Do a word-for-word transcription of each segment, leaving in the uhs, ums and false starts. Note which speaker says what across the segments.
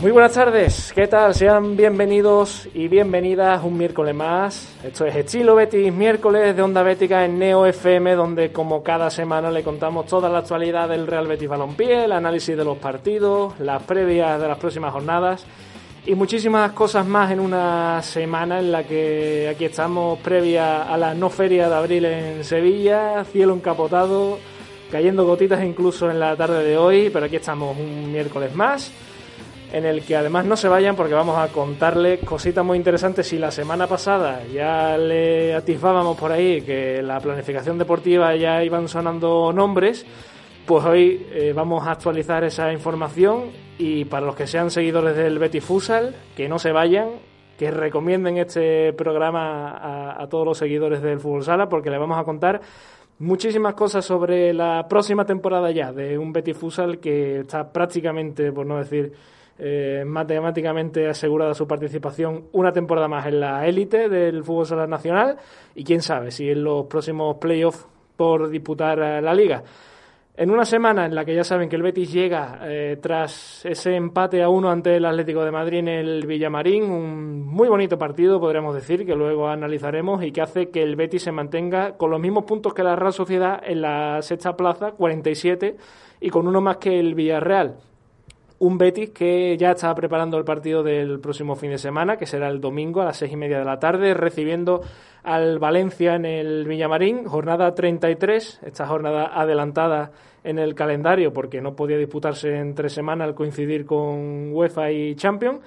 Speaker 1: Muy buenas tardes, ¿qué tal? Sean bienvenidos y bienvenidas un miércoles más. Esto es Estilo Betis, miércoles de Onda Bética en Neo F M, donde como cada semana le contamos toda la actualidad del Real Betis Balompié, el análisis de los partidos, las previas de las próximas jornadas y muchísimas cosas más en una semana en la que aquí estamos previa a la no feria de abril en Sevilla, cielo encapotado, cayendo gotitas incluso en la tarde de hoy, pero aquí estamos un miércoles más, en el que además no se vayan porque vamos a contarles cositas muy interesantes. Si la semana pasada ya le atisbábamos por ahí que la planificación deportiva ya iban sonando nombres, pues hoy eh, vamos a actualizar esa información, y para los que sean seguidores del Betis Futsal, que no se vayan, que recomienden este programa a, a todos los seguidores del Fútbol Sala, porque les vamos a contar muchísimas cosas sobre la próxima temporada ya de un Betis Futsal que está prácticamente, por no decir Eh, matemáticamente asegurada su participación una temporada más en la élite del fútbol sala nacional, y quién sabe si en los próximos playoffs por disputar la liga. En una semana en la que ya saben que el Betis llega eh, tras ese empate a uno ante el Atlético de Madrid en el Villamarín, un muy bonito partido, podríamos decir, que luego analizaremos, y que hace que el Betis se mantenga con los mismos puntos que la Real Sociedad en la sexta plaza, cuarenta y siete, y con uno más que el Villarreal. Un Betis que ya está preparando el partido del próximo fin de semana, que será el domingo a las seis y media de la tarde, recibiendo al Valencia en el Villamarín, jornada treinta y tres, esta jornada adelantada en el calendario porque no podía disputarse en tres semanas al coincidir con UEFA y Champions,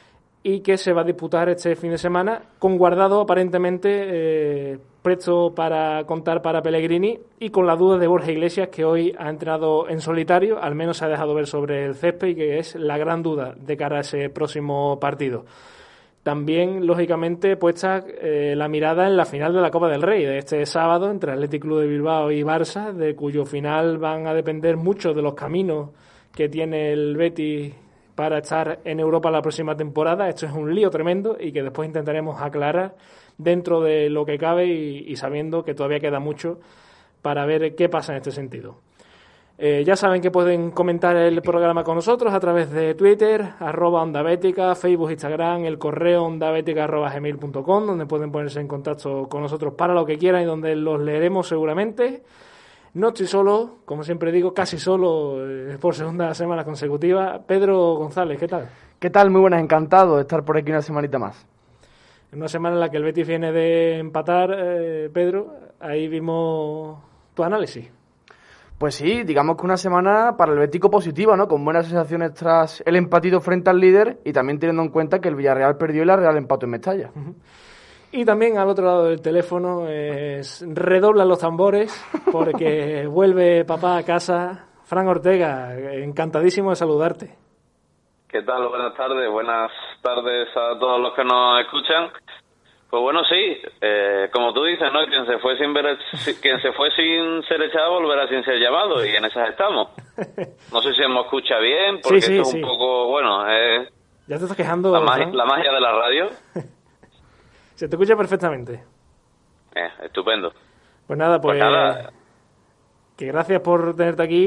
Speaker 1: y que se va a disputar este fin de semana con Guardado aparentemente eh, presto para contar para Pellegrini, y con la duda de Borja Iglesias, que hoy ha entrenado en solitario, al menos se ha dejado ver sobre el césped, y que es la gran duda de cara a ese próximo partido. También, lógicamente, puesta eh, la mirada en la final de la Copa del Rey de este sábado entre Athletic Club de Bilbao y Barça, de cuyo final van a depender muchos de los caminos que tiene el Betis para estar en Europa la próxima temporada. Esto es un lío tremendo y que después intentaremos aclarar dentro de lo que cabe, y, y sabiendo que todavía queda mucho para ver qué pasa en este sentido. Eh, ya saben que pueden comentar el programa con nosotros a través de Twitter, arroba Onda Bética, Facebook, Instagram, el correo ondabética arroba gmail punto com, donde pueden ponerse en contacto con nosotros para lo que quieran y donde los leeremos seguramente. No estoy solo, como siempre digo, casi solo, eh, por segunda semana consecutiva. Pedro González, ¿qué tal?
Speaker 2: ¿Qué tal? Muy buenas, encantado de estar por aquí una semanita más.
Speaker 1: En una semana en la que el Betis viene de empatar, eh, Pedro, ahí vimos tu análisis.
Speaker 2: Pues sí, digamos que una semana para el Bético positiva, ¿no? Con buenas sensaciones tras el empatito frente al líder, y también teniendo en cuenta que el Villarreal perdió y la Real empató en Mestalla.
Speaker 1: Uh-huh. Y también al otro lado del teléfono es, redoblan los tambores porque vuelve papá a casa. Fran Ortega, encantadísimo de saludarte.
Speaker 3: ¿Qué tal? Buenas tardes, buenas tardes a todos los que nos escuchan. Pues bueno, sí, eh, como tú dices, ¿no? Quien se fue sin ver, quien se fue sin ser echado volverá sin ser llamado, y en esas estamos. No sé si me escucha bien, porque
Speaker 1: sí, sí,
Speaker 3: esto es
Speaker 1: sí.
Speaker 3: un poco, bueno, eh,
Speaker 1: ya te estás quejando.
Speaker 3: La, magi- la magia de la radio.
Speaker 1: Se te escucha perfectamente.
Speaker 3: Eh, estupendo.
Speaker 1: Pues nada, pues,
Speaker 3: pues nada.
Speaker 1: Que gracias por tenerte aquí,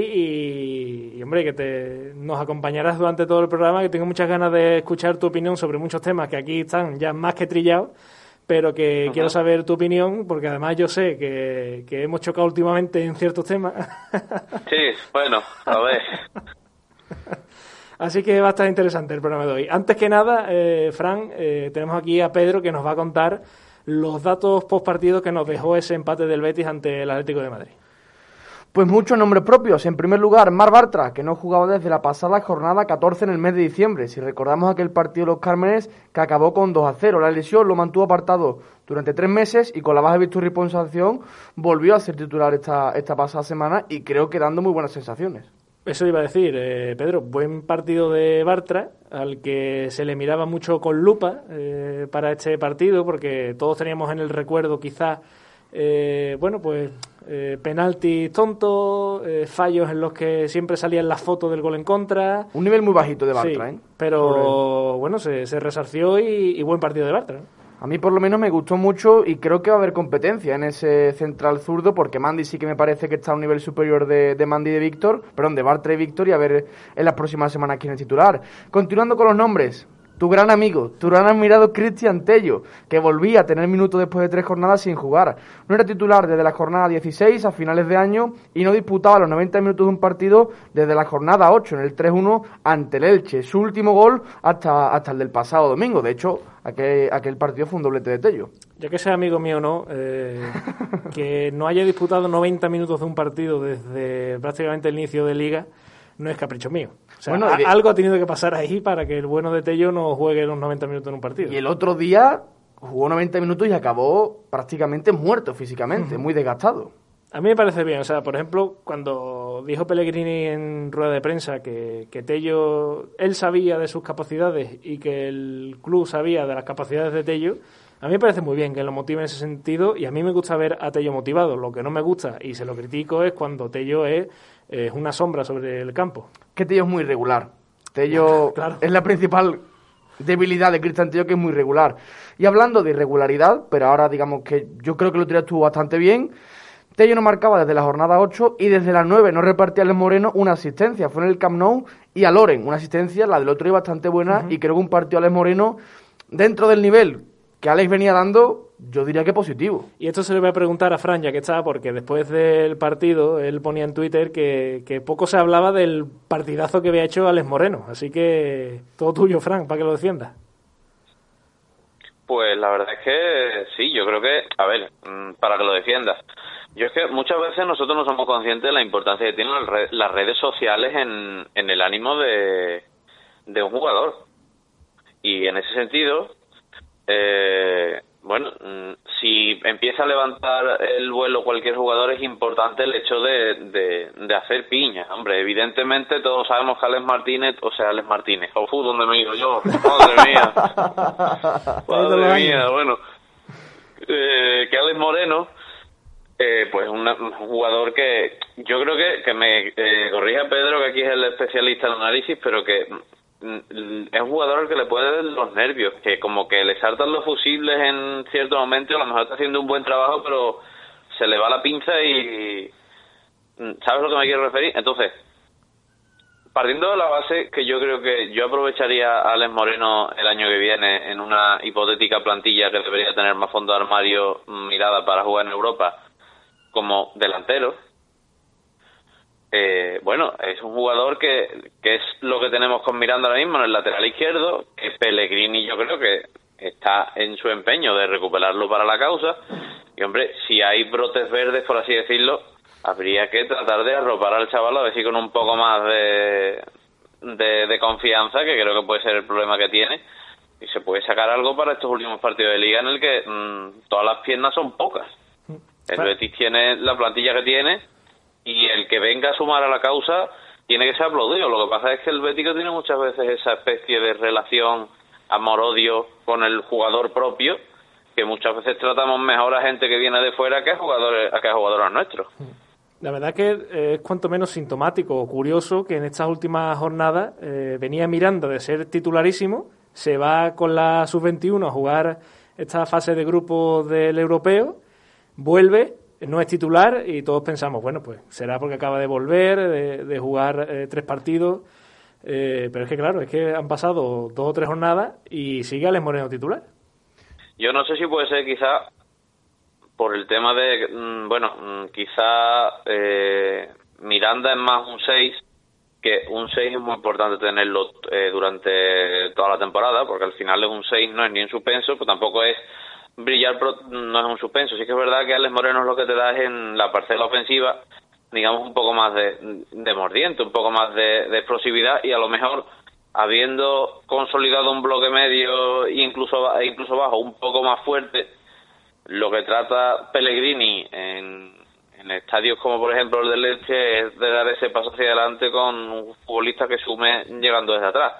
Speaker 1: y, y hombre, que te nos acompañarás durante todo el programa, que tengo muchas ganas de escuchar tu opinión sobre muchos temas que aquí están ya más que trillados, pero que uh-huh. quiero saber tu opinión, porque además yo sé que, que hemos chocado últimamente en ciertos temas.
Speaker 3: Sí, bueno, a ver.
Speaker 1: Así que va a estar interesante el programa de hoy. Antes que nada, eh, Fran, eh, tenemos aquí a Pedro, que nos va a contar los datos post partido que nos dejó ese empate del Betis ante el Atlético de Madrid.
Speaker 2: Pues muchos nombres propios. En primer lugar, Marc Bartra, que no jugaba desde la pasada jornada catorce en el mes de diciembre. Si recordamos aquel partido de los Cármenes que acabó con dos a cero. La lesión lo mantuvo apartado durante tres meses, y con la baja de Víctor Ripoll en sanción volvió a ser titular esta, esta pasada semana, y creo que dando muy buenas sensaciones.
Speaker 1: Eso iba a decir, eh, Pedro, buen partido de Bartra, al que se le miraba mucho con lupa eh, para este partido, porque todos teníamos en el recuerdo quizás, eh, bueno, pues eh, penaltis tontos, eh, fallos en los que siempre salían las fotos del gol en contra.
Speaker 2: Un nivel muy bajito de Bartra,
Speaker 1: sí,
Speaker 2: ¿eh?
Speaker 1: Pero bueno, se, se resarció y, y buen partido de Bartra, ¿no?
Speaker 2: A mí por lo menos me gustó mucho y creo que va a haber competencia en ese central zurdo, porque Mandy sí que me parece que está a un nivel superior de, de Mandy y de Víctor, perdón, de Bartra y Víctor, y a ver en las próximas semanas quién es titular. Continuando con los nombres, tu gran amigo, tu gran admirado Cristian Tello, que volvía a tener minutos después de tres jornadas sin jugar. No era titular desde la jornada dieciséis a finales de año y no disputaba los noventa minutos de un partido desde la jornada ocho en el tres uno ante el Elche. Su último gol hasta, hasta el del pasado domingo. De hecho, aquel, aquel partido fue un doblete de Tello.
Speaker 1: Ya que sea amigo mío o no, eh, que no haya disputado noventa minutos de un partido desde prácticamente el inicio de Liga no es capricho mío. O sea, bueno, de... algo ha tenido que pasar ahí para que el bueno de Tello no juegue los noventa minutos en un partido.
Speaker 2: Y el otro día jugó noventa minutos y acabó prácticamente muerto físicamente, uh-huh. muy desgastado.
Speaker 1: A mí me parece bien. O sea, por ejemplo, cuando dijo Pellegrini en rueda de prensa que, que Tello, él sabía de sus capacidades y que el club sabía de las capacidades de Tello, a mí me parece muy bien que lo motive en ese sentido, y a mí me gusta ver a Tello motivado. Lo que no me gusta, y se lo critico, es cuando Tello es, es una sombra sobre el campo.
Speaker 2: Que Tello es muy irregular. Tello claro. es la principal debilidad de Cristian Tello, que es muy irregular. Y hablando de irregularidad, pero ahora digamos que yo creo que el otro día estuvo bastante bien, Tello no marcaba desde la jornada ocho y desde la nueve no repartía a Alex Moreno una asistencia. Fue en el Camp Nou y a Loren, una asistencia, la del otro día bastante buena, uh-huh. y creo que un partido a Alex Moreno dentro del nivel que Alex venía dando, yo diría que positivo.
Speaker 1: Y esto se le voy a preguntar a Fran, ya que está, porque después del partido él ponía en Twitter que, que poco se hablaba del partidazo que había hecho Alex Moreno. Así que todo tuyo, Fran, para que lo defiendas.
Speaker 3: Pues la verdad es que sí, yo creo que, a ver, para que lo defiendas. Yo es que muchas veces nosotros no somos conscientes de la importancia que tienen las redes sociales en, en el ánimo de, de un jugador. Y en ese sentido... Eh, bueno, si empieza a levantar el vuelo cualquier jugador, es importante el hecho de, de, de hacer piña. Hombre, evidentemente todos sabemos que Alex Martínez, o sea, Alex Martínez, o oh, ¿dónde me he ido yo? Madre mía, madre mía, bueno, eh, que Alex Moreno, eh, pues una, un jugador que yo creo que, que me eh, corrija Pedro, que aquí es el especialista en análisis, pero que es un jugador al que le puede dar los nervios, que como que le saltan los fusibles en cierto momento, a lo mejor está haciendo un buen trabajo, pero se le va la pinza y... ¿Sabes a lo que me quiero referir? Entonces, partiendo de la base que yo creo que yo aprovecharía a Alex Moreno el año que viene en una hipotética plantilla que debería tener más fondo de armario mirada para jugar en Europa como delantero. Eh, bueno, es un jugador que, que es lo que tenemos con Miranda ahora mismo en el lateral izquierdo, que Pellegrini yo creo que está en su empeño de recuperarlo para la causa, y hombre, si hay brotes verdes, por así decirlo, habría que tratar de arropar al chaval a ver si con un poco más de, de, de confianza, que creo que puede ser el problema que tiene, y se puede sacar algo para estos últimos partidos de Liga en el que mmm, todas las piernas son pocas. El Betis tiene la plantilla que tiene, y el que venga a sumar a la causa tiene que ser aplaudido. Lo que pasa es que el Bético tiene muchas veces esa especie de relación amor-odio con el jugador propio, que muchas veces tratamos mejor a gente que viene de fuera que a jugadores, a que a jugadores nuestros.
Speaker 1: La verdad que eh, es cuanto menos sintomático o curioso que en estas últimas jornadas eh, venía Miranda de ser titularísimo, se va con la sub veintiuno a jugar esta fase de grupos del europeo, vuelve, no es titular y todos pensamos, bueno, pues será porque acaba de volver, de, de jugar eh, tres partidos, eh, pero es que claro, es que han pasado dos o tres jornadas y sigue Alex Moreno titular.
Speaker 3: Yo no sé si puede ser quizá por el tema de, mmm, bueno, mmm, quizá eh, Miranda es más un seis, que un seis es muy importante tenerlo eh, durante toda la temporada, porque al final es un seis, no es ni un suspenso, pero tampoco es brillar, pero no es un suspenso. Sí que es verdad que Alex Moreno es lo que te da es en la parcela ofensiva, digamos, un poco más de, de mordiente, un poco más de, de explosividad, y a lo mejor habiendo consolidado un bloque medio e incluso, incluso bajo un poco más fuerte, lo que trata Pellegrini en, en estadios como por ejemplo el del Elche es de dar ese paso hacia adelante con un futbolista que sume llegando desde atrás.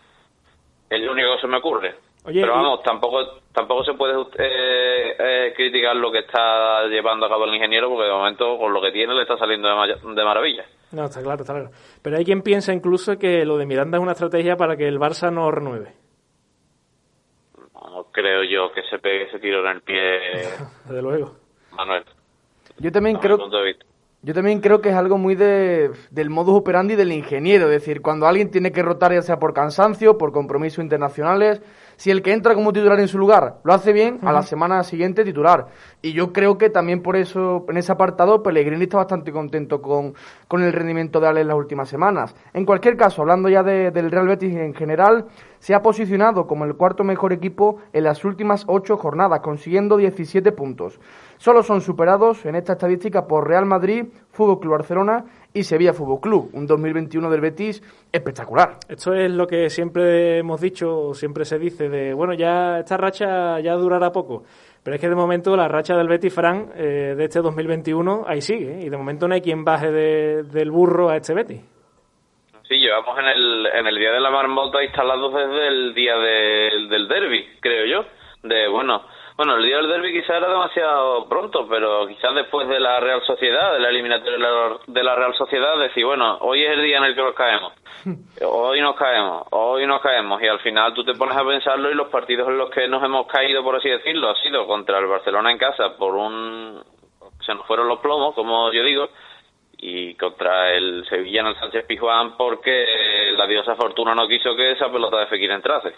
Speaker 3: Es lo único que se me ocurre. Oye, pero vamos, y... tampoco tampoco se puede eh, eh, criticar lo que está llevando a cabo el ingeniero, porque de momento con lo que tiene le está saliendo de, ma- de maravilla.
Speaker 1: No, está claro, está claro. Pero hay quien piensa incluso que lo de Miranda es una estrategia para que el Barça no renueve.
Speaker 3: no creo yo que se pegue ese tiro en el pie.
Speaker 1: Desde luego.
Speaker 3: Manuel.
Speaker 2: Yo también
Speaker 3: a
Speaker 2: creo...
Speaker 3: mi punto de vista.
Speaker 2: Yo también creo que es algo muy de, del modus operandi del ingeniero, es decir, cuando alguien tiene que rotar, ya sea por cansancio, por compromisos internacionales, si el que entra como titular en su lugar lo hace bien, uh-huh. a la semana siguiente titular. Y yo creo que también por eso, en ese apartado, Pellegrini está bastante contento con, con el rendimiento de Ale en las últimas semanas. En cualquier caso, hablando ya de, del Real Betis en general, se ha posicionado como el cuarto mejor equipo en las últimas ocho jornadas, consiguiendo diecisiete puntos. Solo son superados en esta estadística por Real Madrid, Fútbol Club Barcelona y Sevilla Fútbol Club. Un dos mil veintiuno del Betis espectacular.
Speaker 1: Esto es lo que siempre hemos dicho, siempre se dice, de bueno, ya esta racha ya durará poco. Pero es que de momento la racha del Betis, Fran, eh, de este dos mil veintiuno, ahí sigue. ¿eh? Y de momento no hay quien baje de, del burro a este Betis.
Speaker 3: Sí, llevamos en el, en el día de la marmota instalados desde el día de, del derbi, creo yo. De, bueno... Bueno, el día del derbi quizás era demasiado pronto, pero quizás después de la Real Sociedad, de la eliminatoria de la Real Sociedad, decir, bueno, hoy es el día en el que nos caemos, hoy nos caemos, hoy nos caemos, y al final tú te pones a pensarlo y los partidos en los que nos hemos caído, por así decirlo, ha sido contra el Barcelona en casa, por un... se nos fueron los plomos, como yo digo, y contra el Sevilla en el Sánchez Pizjuán porque la diosa Fortuna no quiso que esa pelota de Fekir entrase.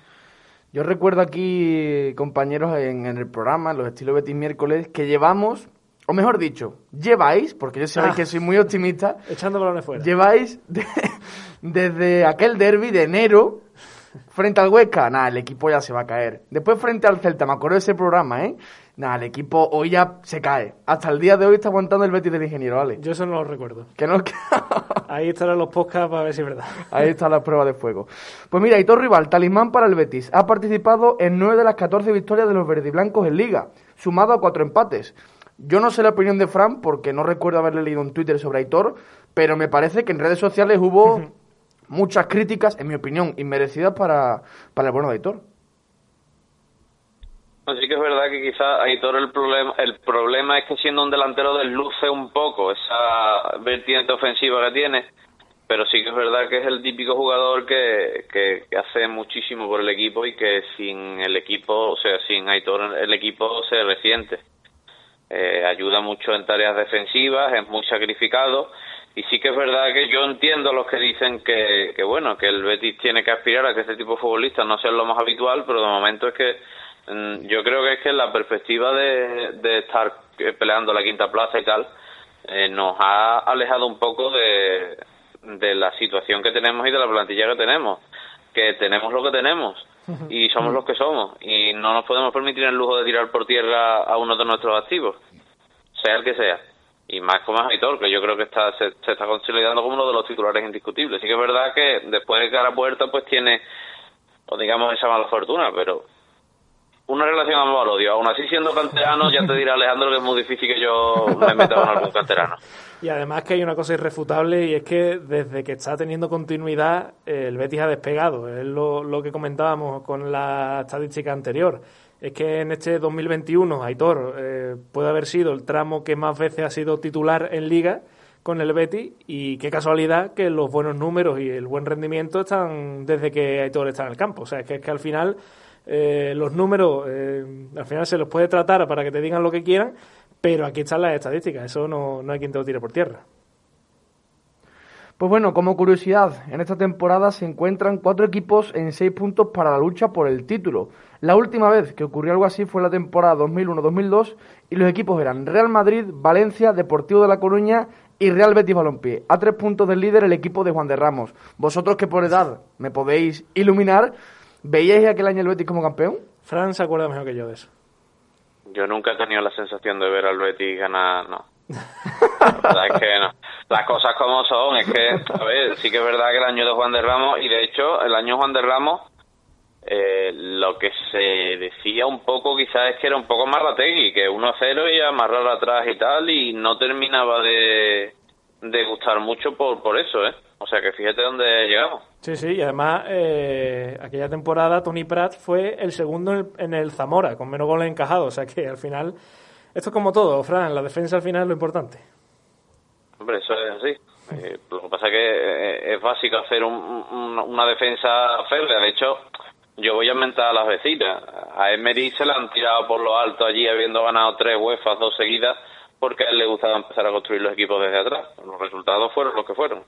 Speaker 2: Yo recuerdo aquí, compañeros, en, en el programa, en los Estilo Betis miércoles, que llevamos, o mejor dicho, lleváis, porque yo sabéis ah, que soy muy optimista,
Speaker 1: echando balones fuera.
Speaker 2: Lleváis de, desde aquel derbi de enero, frente al Huesca, nada, el equipo ya se va a caer. Después frente al Celta, me acuerdo de ese programa, ¿eh? Nada, el equipo hoy ya se cae. Hasta el día de hoy está aguantando el Betis del ingeniero, ¿vale?
Speaker 1: Yo eso no lo recuerdo.
Speaker 2: Que no...
Speaker 1: Ahí estarán los podcasts para ver si es verdad.
Speaker 2: Ahí están las pruebas de fuego. Pues mira, Aitor Rival, talismán para el Betis. Ha participado en nueve de las catorce victorias de los verdiblancos en Liga, sumado a cuatro empates. Yo no sé la opinión de Fran, porque no recuerdo haberle leído un Twitter sobre Aitor, pero me parece que en redes sociales hubo muchas críticas, en mi opinión, inmerecidas para, para el bueno de Aitor.
Speaker 3: Sí que es verdad que quizá Aitor el problema el problema es que siendo un delantero desluce un poco esa vertiente ofensiva que tiene, pero sí que es verdad que es el típico jugador que, que, que hace muchísimo por el equipo y que sin el equipo, o sea, sin Aitor el equipo se resiente. Eh, ayuda mucho en tareas defensivas, es muy sacrificado y sí que es verdad que yo entiendo a los que dicen que, que bueno, que el Betis tiene que aspirar a que este tipo de futbolistas no sea lo más habitual, pero de momento es que yo creo que es que la perspectiva de, de estar peleando la quinta plaza y tal eh, nos ha alejado un poco de, de la situación que tenemos y de la plantilla que tenemos, que tenemos lo que tenemos y somos los que somos y no nos podemos permitir el lujo de tirar por tierra a uno de nuestros activos, sea el que sea, y más como es Aitor, que yo creo que está se, se está consolidando como uno de los titulares indiscutibles. Sí que es verdad que después de cara a puerta pues tiene, o digamos, esa mala fortuna, pero una relación amor-odio. Aún así, siendo canterano, ya te dirá Alejandro que es muy difícil que yo me meta con algún canterano.
Speaker 1: Y además que hay una cosa irrefutable y es que desde que está teniendo continuidad el Betis ha despegado. Es lo, lo que comentábamos con la estadística anterior. Es que en este dos mil veintiuno Aitor eh, puede haber sido el tramo que más veces ha sido titular en Liga con el Betis y qué casualidad que los buenos números y el buen rendimiento están desde que Aitor está en el campo. O sea, es que, es que al final... Eh, los números eh, al final se los puede tratar para que te digan lo que quieran, pero aquí están las estadísticas, eso no, no hay quien te lo tire por tierra.
Speaker 2: Pues bueno, como curiosidad, en esta temporada se encuentran cuatro equipos en seis puntos para la lucha por el título. La última vez que ocurrió algo así fue la temporada dos mil uno dos mil dos y los equipos eran Real Madrid, Valencia, Deportivo de La Coruña y Real Betis Balompié. A tres puntos del líder el equipo de Juan de Ramos. Vosotros que por edad me podéis iluminar, ¿veíais aquel año el Betis como campeón?
Speaker 1: Fran se acuerda mejor que yo de eso.
Speaker 3: Yo nunca he tenido la sensación de ver al Betis ganar, no. La verdad es que no. Las cosas como son, es que, a ver, sí que es verdad que el año de Juan de Ramos, y de hecho, el año de Juan de Ramos, eh, lo que se decía un poco quizás es que era un poco más Marrategui, que uno a cero y amarrar atrás y tal, y no terminaba de, de gustar mucho por, por eso, ¿eh? O sea que fíjate dónde llegamos.
Speaker 1: Sí, sí, y además eh, aquella temporada Toni Prat fue el segundo en el, en el Zamora, con menos goles encajados, o sea que al final, esto es como todo, Fran, la defensa al final es lo importante.
Speaker 3: Hombre, eso es así. Eh, lo que pasa es que eh, es básico hacer un, un, una defensa férrea. De hecho, yo voy a mentar a las vecinas. A Emery se la han tirado por lo alto allí, habiendo ganado tres UEFAs, dos seguidas, porque a él le gustaba empezar a construir los equipos desde atrás. Los resultados fueron los que fueron.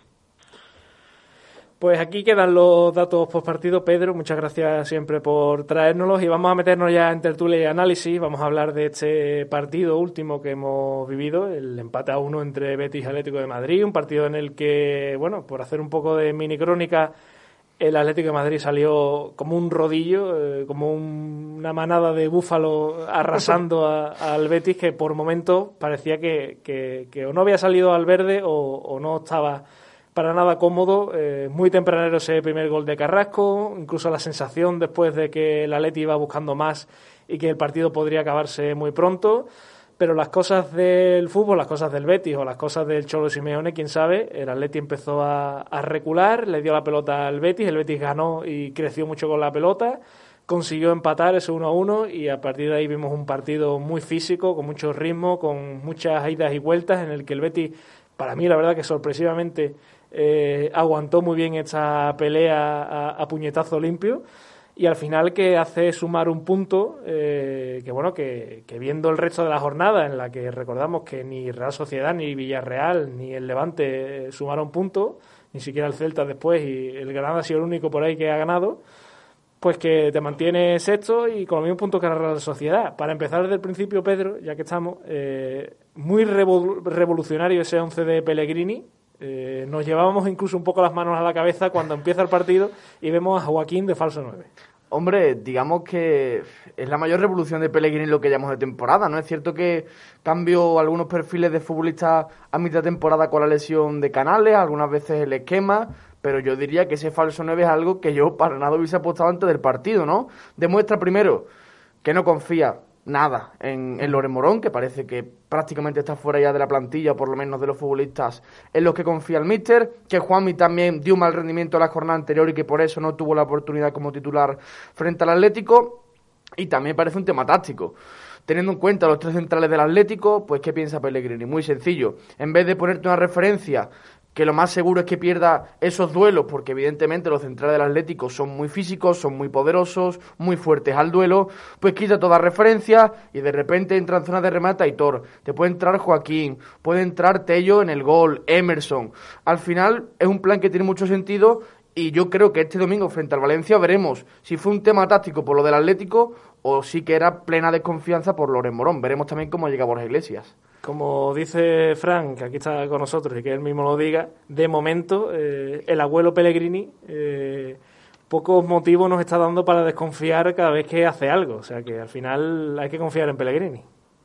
Speaker 1: Pues aquí quedan los datos post partido. Pedro, muchas gracias siempre por traérnoslos y vamos a meternos ya en tertulia y análisis. Vamos a hablar de este partido último que hemos vivido, el empate a uno entre Betis y Atlético de Madrid, un partido en el que, bueno, por hacer un poco de mini crónica, el Atlético de Madrid salió como un rodillo, eh, como un, una manada de búfalo arrasando a, al Betis, que por momentos parecía que, que, que o no había salido al verde o, o no estaba para nada cómodo. Eh, muy tempranero ese primer gol de Carrasco, incluso la sensación después de que el Atleti iba buscando más y que el partido podría acabarse muy pronto. Pero las cosas del fútbol, las cosas del Betis o las cosas del Cholo Simeone, quién sabe, el Atleti empezó a, a recular, le dio la pelota al Betis, el Betis ganó y creció mucho con la pelota, consiguió empatar ese uno a uno y a partir de ahí vimos un partido muy físico, con mucho ritmo, con muchas idas y vueltas, en el que el Betis, para mí la verdad que sorpresivamente eh, aguantó muy bien esta pelea a, a puñetazo limpio. Y al final que hace sumar un punto eh, que bueno que, que viendo el resto de la jornada, en la que recordamos que ni Real Sociedad, ni Villarreal, ni el Levante eh, sumaron puntos, ni siquiera el Celta después, y el Granada ha sido el único por ahí que ha ganado, pues que te mantiene sexto y con los mismos puntos que la Real Sociedad. Para empezar desde el principio, Pedro, ya que estamos, eh, muy revol- revolucionario ese once de Pellegrini. Eh, nos llevábamos incluso un poco las manos a la cabeza cuando empieza el partido y vemos a Joaquín de falso nueve.
Speaker 2: Hombre, digamos que es la mayor revolución de Pellegrini en lo que llamamos de temporada, ¿no? Es cierto que cambió algunos perfiles de futbolistas a mitad de temporada con la lesión de Canales, algunas veces el esquema, pero yo diría que ese falso nueve es algo que yo para nada hubiese apostado antes del partido, ¿no? Demuestra primero que no confía nada en, en Loren Morón, que parece que prácticamente está fuera ya de la plantilla, por lo menos de los futbolistas en los que confía el míster, que Juanmi también dio un mal rendimiento la jornada anterior y que por eso no tuvo la oportunidad como titular frente al Atlético, y también parece un tema táctico. Teniendo en cuenta los tres centrales del Atlético, pues ¿qué piensa Pellegrini? Muy sencillo, en vez de ponerte una referencia que lo más seguro es que pierda esos duelos, porque evidentemente los centrales del Atlético son muy físicos, son muy poderosos, muy fuertes al duelo, pues quita toda referencia y de repente entra en zona de remate Aitor, te puede entrar Joaquín, puede entrar Tello en el gol, Emerson. Al final es un plan que tiene mucho sentido y yo creo que este domingo frente al Valencia veremos si fue un tema táctico por lo del Atlético o sí que era plena desconfianza por Loren Morón. Veremos también cómo llega Borja Iglesias.
Speaker 1: Como dice Frank, que aquí está con nosotros y que él mismo lo diga, de momento eh, el abuelo Pellegrini eh, pocos motivos nos está dando para desconfiar cada vez que hace algo. O sea que al final hay que confiar en Pellegrini.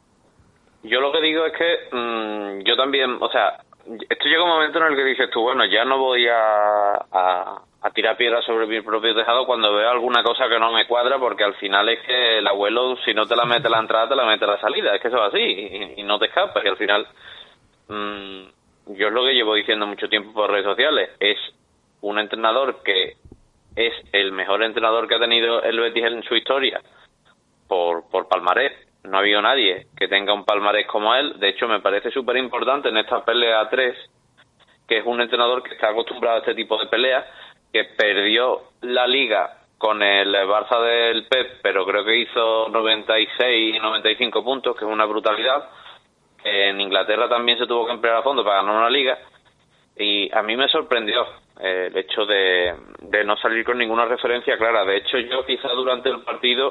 Speaker 3: Yo lo que digo es que mmm, yo también, o sea, esto llega un momento en el que dices tú, bueno, ya no voy a, a, a tirar piedras sobre mi propio tejado cuando veo alguna cosa que no me cuadra, porque al final es que el abuelo, si no te la mete la entrada, te la mete la salida, es que eso es así, y, y no te escapas, y al final, mmm, yo es lo que llevo diciendo mucho tiempo por redes sociales, es un entrenador que es el mejor entrenador que ha tenido el Betis en su historia, por, por palmarés. No ha habido nadie que tenga un palmarés como él. De hecho, me parece súper importante en esta pelea a tres, que es un entrenador que está acostumbrado a este tipo de peleas, que perdió la Liga con el Barça del Pep, pero creo que hizo noventa y seis, noventa y cinco puntos, que es una brutalidad. En Inglaterra también se tuvo que emplear a fondo para ganar una Liga. Y a mí me sorprendió eh, el hecho de, de no salir con ninguna referencia clara. De hecho, yo quizá durante el partido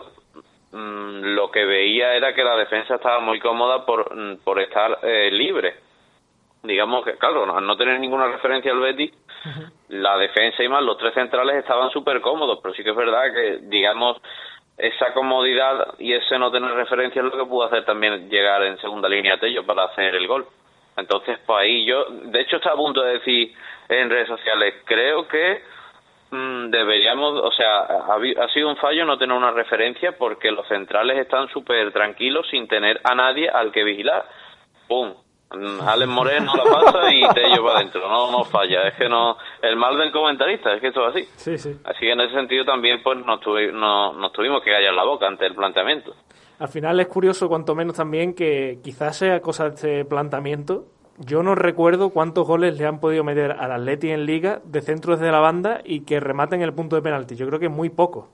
Speaker 3: lo que veía era que la defensa estaba muy cómoda por, por estar eh, libre. Digamos que, claro, al no tener ninguna referencia al Betis, uh-huh. la defensa y más los tres centrales estaban súper cómodos, pero sí que es verdad que, digamos, esa comodidad y ese no tener referencia es lo que pudo hacer también llegar en segunda línea a Tello para hacer el gol. Entonces, pues ahí yo, de hecho, estaba a punto de decir en redes sociales, creo que deberíamos, o sea, ha, ha sido un fallo no tener una referencia porque los centrales están súper tranquilos sin tener a nadie al que vigilar. ¡Pum! Alex Moreno la pasa y Tello va adentro, no, no falla, es que no, el mal del comentarista, es que esto es así.
Speaker 1: Sí, sí.
Speaker 3: Así que en ese sentido también pues nos, tuvi, no, nos tuvimos que callar la boca ante el planteamiento.
Speaker 1: Al final es curioso, cuanto menos también, que quizás sea cosa de este planteamiento. Yo no recuerdo cuántos goles le han podido meter al Atleti en Liga de centro desde la banda y que rematen el punto de penalti. Yo creo que muy poco.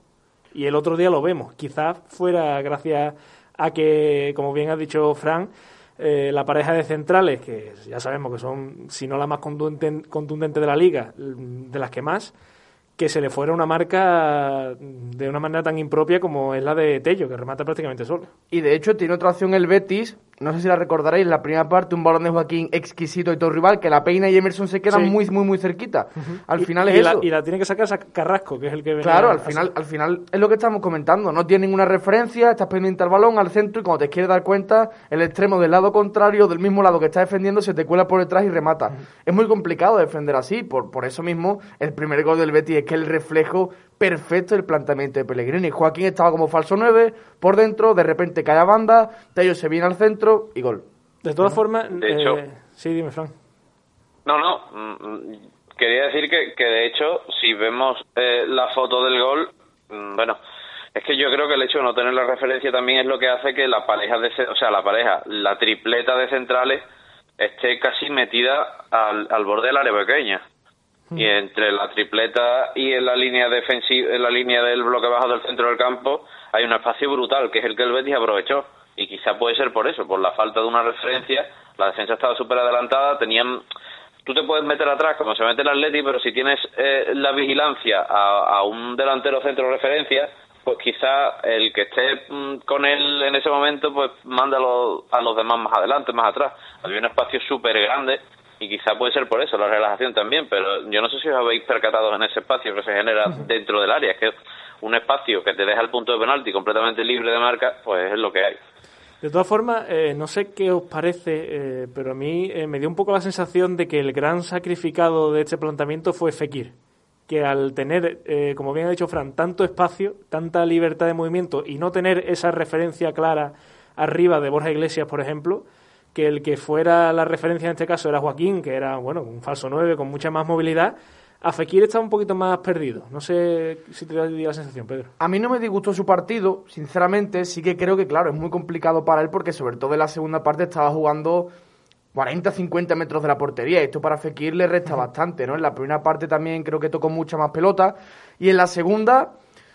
Speaker 1: y el otro día lo vemos. Quizás fuera gracias a que, como bien ha dicho Fran, eh, la pareja de centrales, que ya sabemos que son, si no la más contundente, contundente de la liga, de las que más, que se le fuera una marca de una manera tan impropia como es la de Tello, que remata prácticamente solo.
Speaker 2: Y de hecho tiene otra acción el Betis, no sé si la recordaréis, en la primera parte un balón de Joaquín exquisito y todo rival, que la peina y Emerson se quedan sí. muy muy muy cerquita. Uh-huh. Al
Speaker 1: y,
Speaker 2: final
Speaker 1: y
Speaker 2: es
Speaker 1: la,
Speaker 2: eso.
Speaker 1: Y la tiene que sacar Carrasco, que es el que venía.
Speaker 2: Claro, al final, al final es lo que estamos comentando, no tiene ninguna referencia, estás pendiente al balón, al centro, y cuando te quieres dar cuenta, el extremo del lado contrario, del mismo lado que está defendiendo, se te cuela por detrás y remata. Uh-huh. Es muy complicado defender así, por, por eso mismo el primer gol del Betis es que el reflejo perfecto del planteamiento de Pellegrini. Joaquín estaba como falso nueve, por dentro, de repente cae a banda, Tello se viene al centro y gol.
Speaker 1: De todas formas,
Speaker 3: de hecho,
Speaker 1: eh, sí, dime, Fran.
Speaker 3: No, no, quería decir que, que de hecho, si vemos eh, la foto del gol, bueno, es que yo creo que el hecho de no tener la referencia también es lo que hace que la pareja, de, o sea, la pareja, la tripleta de centrales esté casi metida al, al borde del área pequeña. Y entre la tripleta y en la línea defensiva, en la línea del bloque bajo del centro del campo, hay un espacio brutal, que es el que el Betis aprovechó. Y quizá puede ser por eso, por la falta de una referencia. La defensa estaba súper adelantada, tenían... Tú te puedes meter atrás, como se mete el Atleti, pero si tienes eh, la vigilancia a, a un delantero centro de referencia, pues quizá el que esté mmm, con él en ese momento, pues mándalo a los demás más adelante, más atrás. Había un espacio súper grande. Y quizá puede ser por eso, la relajación también, pero yo no sé si os habéis percatado en ese espacio que se genera dentro del área, es que un espacio que te deja el punto de penalti completamente libre de marca, pues es lo que hay.
Speaker 1: De todas formas, eh, no sé qué os parece, eh, pero a mí eh, me dio un poco la sensación de que el gran sacrificado de este planteamiento fue Fekir, que al tener, eh, como bien ha dicho Fran, tanto espacio, tanta libertad de movimiento y no tener esa referencia clara arriba de Borja Iglesias, por ejemplo, que el que fuera la referencia en este caso era Joaquín, que era, bueno, un falso nueve con mucha más movilidad. A Fekir estaba un poquito más perdido. No sé si te da la sensación, Pedro.
Speaker 2: A mí no me disgustó su partido, sinceramente. Sí que creo que, claro, es muy complicado para él porque sobre todo en la segunda parte estaba jugando cuarenta a cincuenta metros de la portería. Esto para Fekir le resta bastante, ¿no? En la primera parte también creo que tocó mucha más pelota. Y en la segunda...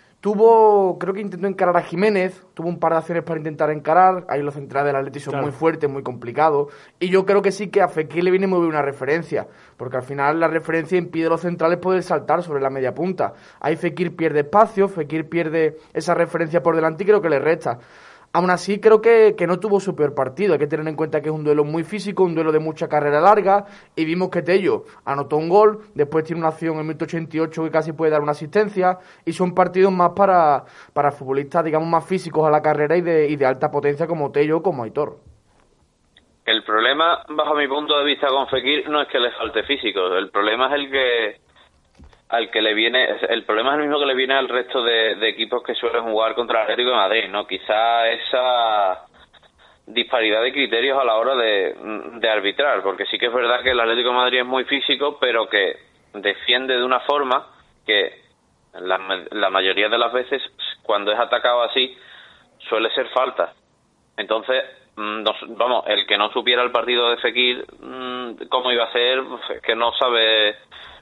Speaker 2: Tuvo, creo que intentó encarar a Jiménez, tuvo un par de acciones para intentar encarar, ahí los centrales del Atleti son claro. muy fuertes, muy complicados, y yo creo que sí que a Fekir le viene muy bien una referencia, porque al final la referencia impide a los centrales poder saltar sobre la media punta. Ahí Fekir pierde espacio, Fekir pierde esa referencia por delante y creo que le resta. Aún así, creo que, que no tuvo su peor partido. Hay que tener en cuenta que es un duelo muy físico, un duelo de mucha carrera larga. Y vimos que Tello anotó un gol, después tiene una acción en el minuto ochenta y ocho que casi puede dar una asistencia. Y son partidos más para, para futbolistas, digamos, más físicos a la carrera y de, y de alta potencia como Tello o como Aitor.
Speaker 3: El problema, bajo mi punto de vista con Fekir, no es que le falte físico. El problema es el que... al que le viene, el problema es el mismo que le viene al resto de, de equipos que suelen jugar contra el Atlético de Madrid, ¿no? Quizá esa disparidad de criterios a la hora de, de arbitrar, porque sí que es verdad que el Atlético de Madrid es muy físico, pero que defiende de una forma que la, la mayoría de las veces, cuando es atacado así, suele ser falta. Entonces, nos, vamos, el que no supiera el partido de Fekir cómo iba a ser, que no sabe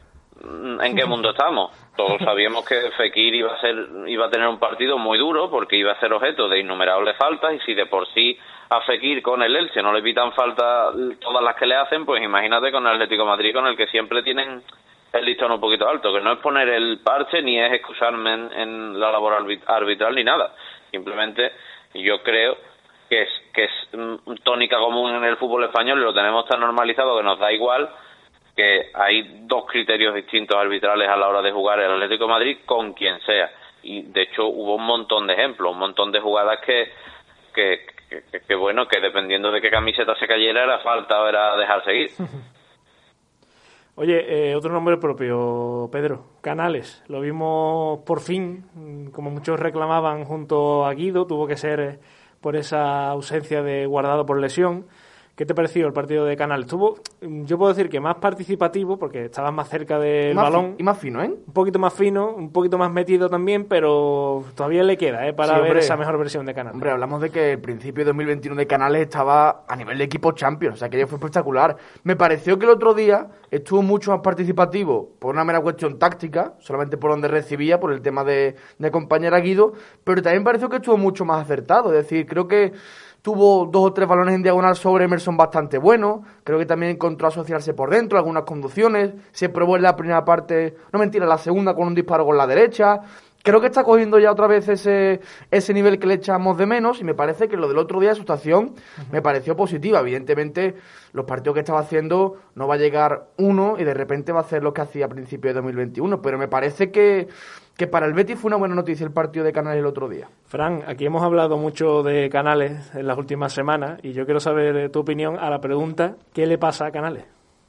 Speaker 3: en qué mundo estamos. Todos sabíamos que Fekir iba a ser, iba a tener un partido muy duro porque iba a ser objeto de innumerables faltas, y si de por sí a Fekir con el Elche no le pitan falta todas las que le hacen, pues imagínate con el Atlético de Madrid, con el que siempre tienen el listón un poquito alto, que no es poner el parche ni es excusarme en, en la labor arbitral ni nada. Simplemente yo creo que es que es tónica común en el fútbol español y lo tenemos tan normalizado que nos da igual, que hay dos criterios distintos arbitrales a la hora de jugar el Atlético de Madrid con quien sea. Y de hecho hubo un montón de ejemplos, un montón de jugadas que que, que, que bueno, que dependiendo de qué camiseta se cayera era falta o era dejar seguir.
Speaker 1: Oye, eh, otro nombre propio, Pedro, Canales. Lo vimos por fin, como muchos reclamaban, junto a Guido. Tuvo que ser por esa ausencia de Guardado por lesión. ¿Qué te pareció el partido de Canales? Estuvo, yo puedo decir que más participativo, porque estabas más cerca del
Speaker 2: y más
Speaker 1: balón.
Speaker 2: Fi- y más fino, ¿eh?
Speaker 1: Un poquito más fino, un poquito más metido también, pero todavía le queda, ¿eh? Para
Speaker 2: Sí,
Speaker 1: ver
Speaker 2: hombre.
Speaker 1: esa mejor versión de Canales.
Speaker 2: Hombre, hablamos de que el principio de dos mil veintiuno de Canales estaba a nivel de equipo Champions, o sea, que aquello fue espectacular. Me pareció que el otro día estuvo mucho más participativo por una mera cuestión táctica, solamente por donde recibía, por el tema de, de acompañar a Guido, pero también pareció que estuvo mucho más acertado, es decir, creo que tuvo dos o tres balones en diagonal sobre Emerson bastante buenos. Creo que también encontró asociarse por dentro, algunas conducciones. Se probó en la primera parte, no mentira, en la segunda con un disparo con la derecha. Creo que está cogiendo ya otra vez ese, ese nivel que le echamos de menos y me parece que lo del otro día, su actuación, uh-huh. me pareció positiva. Evidentemente, los partidos que estaba haciendo no va a llegar uno y de repente va a hacer lo que hacía a principios de dos mil veintiuno, pero me parece que, que para el Betis fue una buena noticia el partido de Canales el otro día.
Speaker 1: Fran, aquí hemos hablado mucho de Canales en las últimas semanas y yo quiero saber tu opinión a la pregunta, ¿qué le pasa a Canales?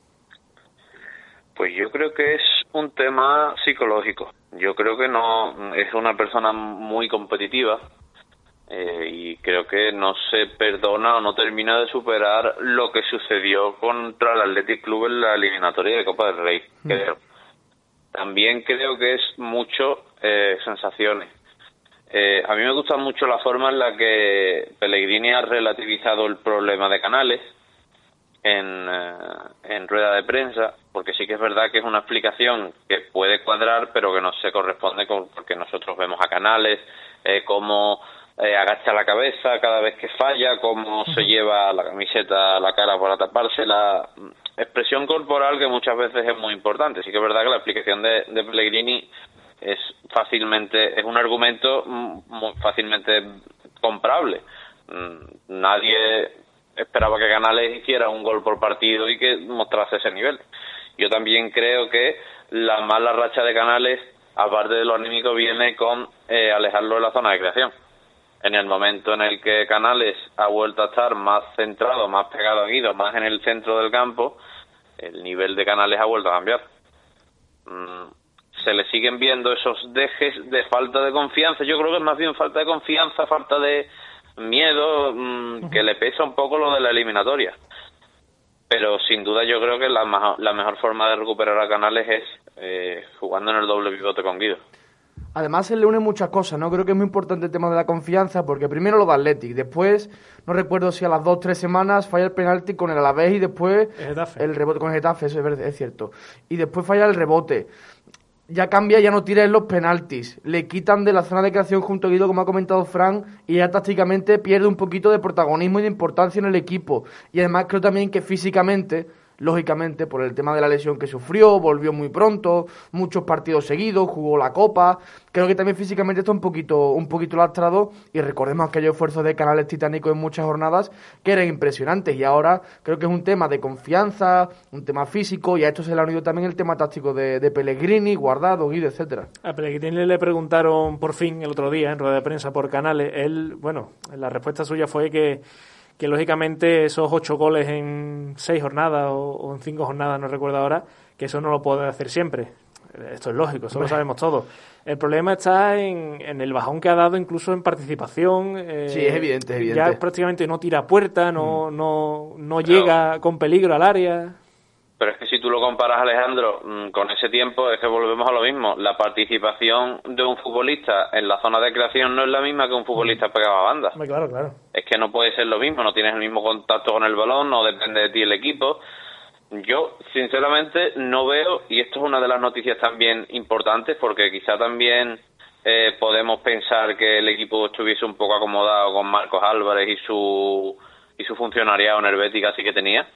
Speaker 3: Pues yo creo que es un tema psicológico. Yo creo que no es una persona muy competitiva eh, y creo que no se perdona o no termina de superar lo que sucedió contra el Athletic Club en la eliminatoria de Copa del Rey. Mm. Creo. También creo que es mucho eh, sensaciones. Eh, a mí me gusta mucho la forma en la que Pellegrini ha relativizado el problema de Canales en, eh, en rueda de prensa, porque sí que es verdad que es una explicación que puede cuadrar, pero que no se corresponde con porque nosotros vemos a Canales, eh, cómo eh, agacha la cabeza cada vez que falla, cómo uh-huh. se lleva la camiseta a la cara para taparse, la expresión corporal que muchas veces es muy importante. Sí que es verdad que la explicación de, de Pellegrini es fácilmente, es un argumento muy fácilmente comprable. Nadie esperaba que Canales hiciera un gol por partido y que mostrase ese nivel. Yo también creo que la mala racha de Canales, aparte de lo anímico, viene con eh, alejarlo de la zona de creación. En el momento en el que Canales ha vuelto a estar más centrado, más pegado a Guido, más en el centro del campo, el nivel de Canales ha vuelto a cambiar. Mm, se le siguen viendo esos dejes de falta de confianza. Yo creo que es más bien falta de confianza, falta de miedo, mmm, que le pesa un poco lo de la eliminatoria. Pero sin duda yo creo que la, ma- la mejor forma de recuperar a Canales es eh, jugando en el doble pivote con Guido.
Speaker 2: Además se le une muchas cosas, ¿no? Creo que es muy importante el tema de la confianza, porque primero lo de Athletic, después, no recuerdo si a las dos o tres semanas falla el penalti con el Alavés y después el, el rebote con el Getafe, eso es, verdad, es cierto. Y después falla el rebote. Ya cambia, ya no tira en los penaltis. Le quitan de la zona de creación junto a Guido, como ha comentado Fran, y ya tácticamente pierde un poquito de protagonismo y de importancia en el equipo. Y además creo también que físicamente, lógicamente, por el tema de la lesión que sufrió, volvió muy pronto, muchos partidos seguidos, jugó la Copa. Creo que también físicamente está un poquito, un poquito lastrado, y recordemos aquellos esfuerzos de Canales titánicos en muchas jornadas que eran impresionantes, y ahora creo que es un tema de confianza, un tema físico, y a esto se le ha unido también el tema táctico de, de Pellegrini, Guardado, Guido, etcétera.
Speaker 1: A Pellegrini le preguntaron por fin el otro día en rueda de prensa por Canales. Él, bueno, la respuesta suya fue que que lógicamente esos ocho goles en seis jornadas o, o en cinco jornadas, no recuerdo ahora, que eso no lo puede hacer siempre. Esto es lógico, eso lo sabemos todos. El problema está en, en el bajón que ha dado incluso en participación. Eh,
Speaker 2: sí, es evidente, es evidente.
Speaker 1: Ya prácticamente no tira puerta, no, mm. no, no llega Pero... con peligro al área.
Speaker 3: Pero es que si tú lo comparas, Alejandro, con ese tiempo, es que volvemos a lo mismo. La participación de un futbolista en la zona de creación no es la misma que un futbolista pegado a banda.
Speaker 1: Claro, claro.
Speaker 3: Es que no puede ser lo mismo, no tienes el mismo contacto con el balón, no depende de ti el equipo. Yo, sinceramente, no veo, y esto es una de las noticias también importantes, porque quizá también eh, podemos pensar que el equipo estuviese un poco acomodado con Marcos Álvarez y su, y su funcionariado en el Betis que así que tenía.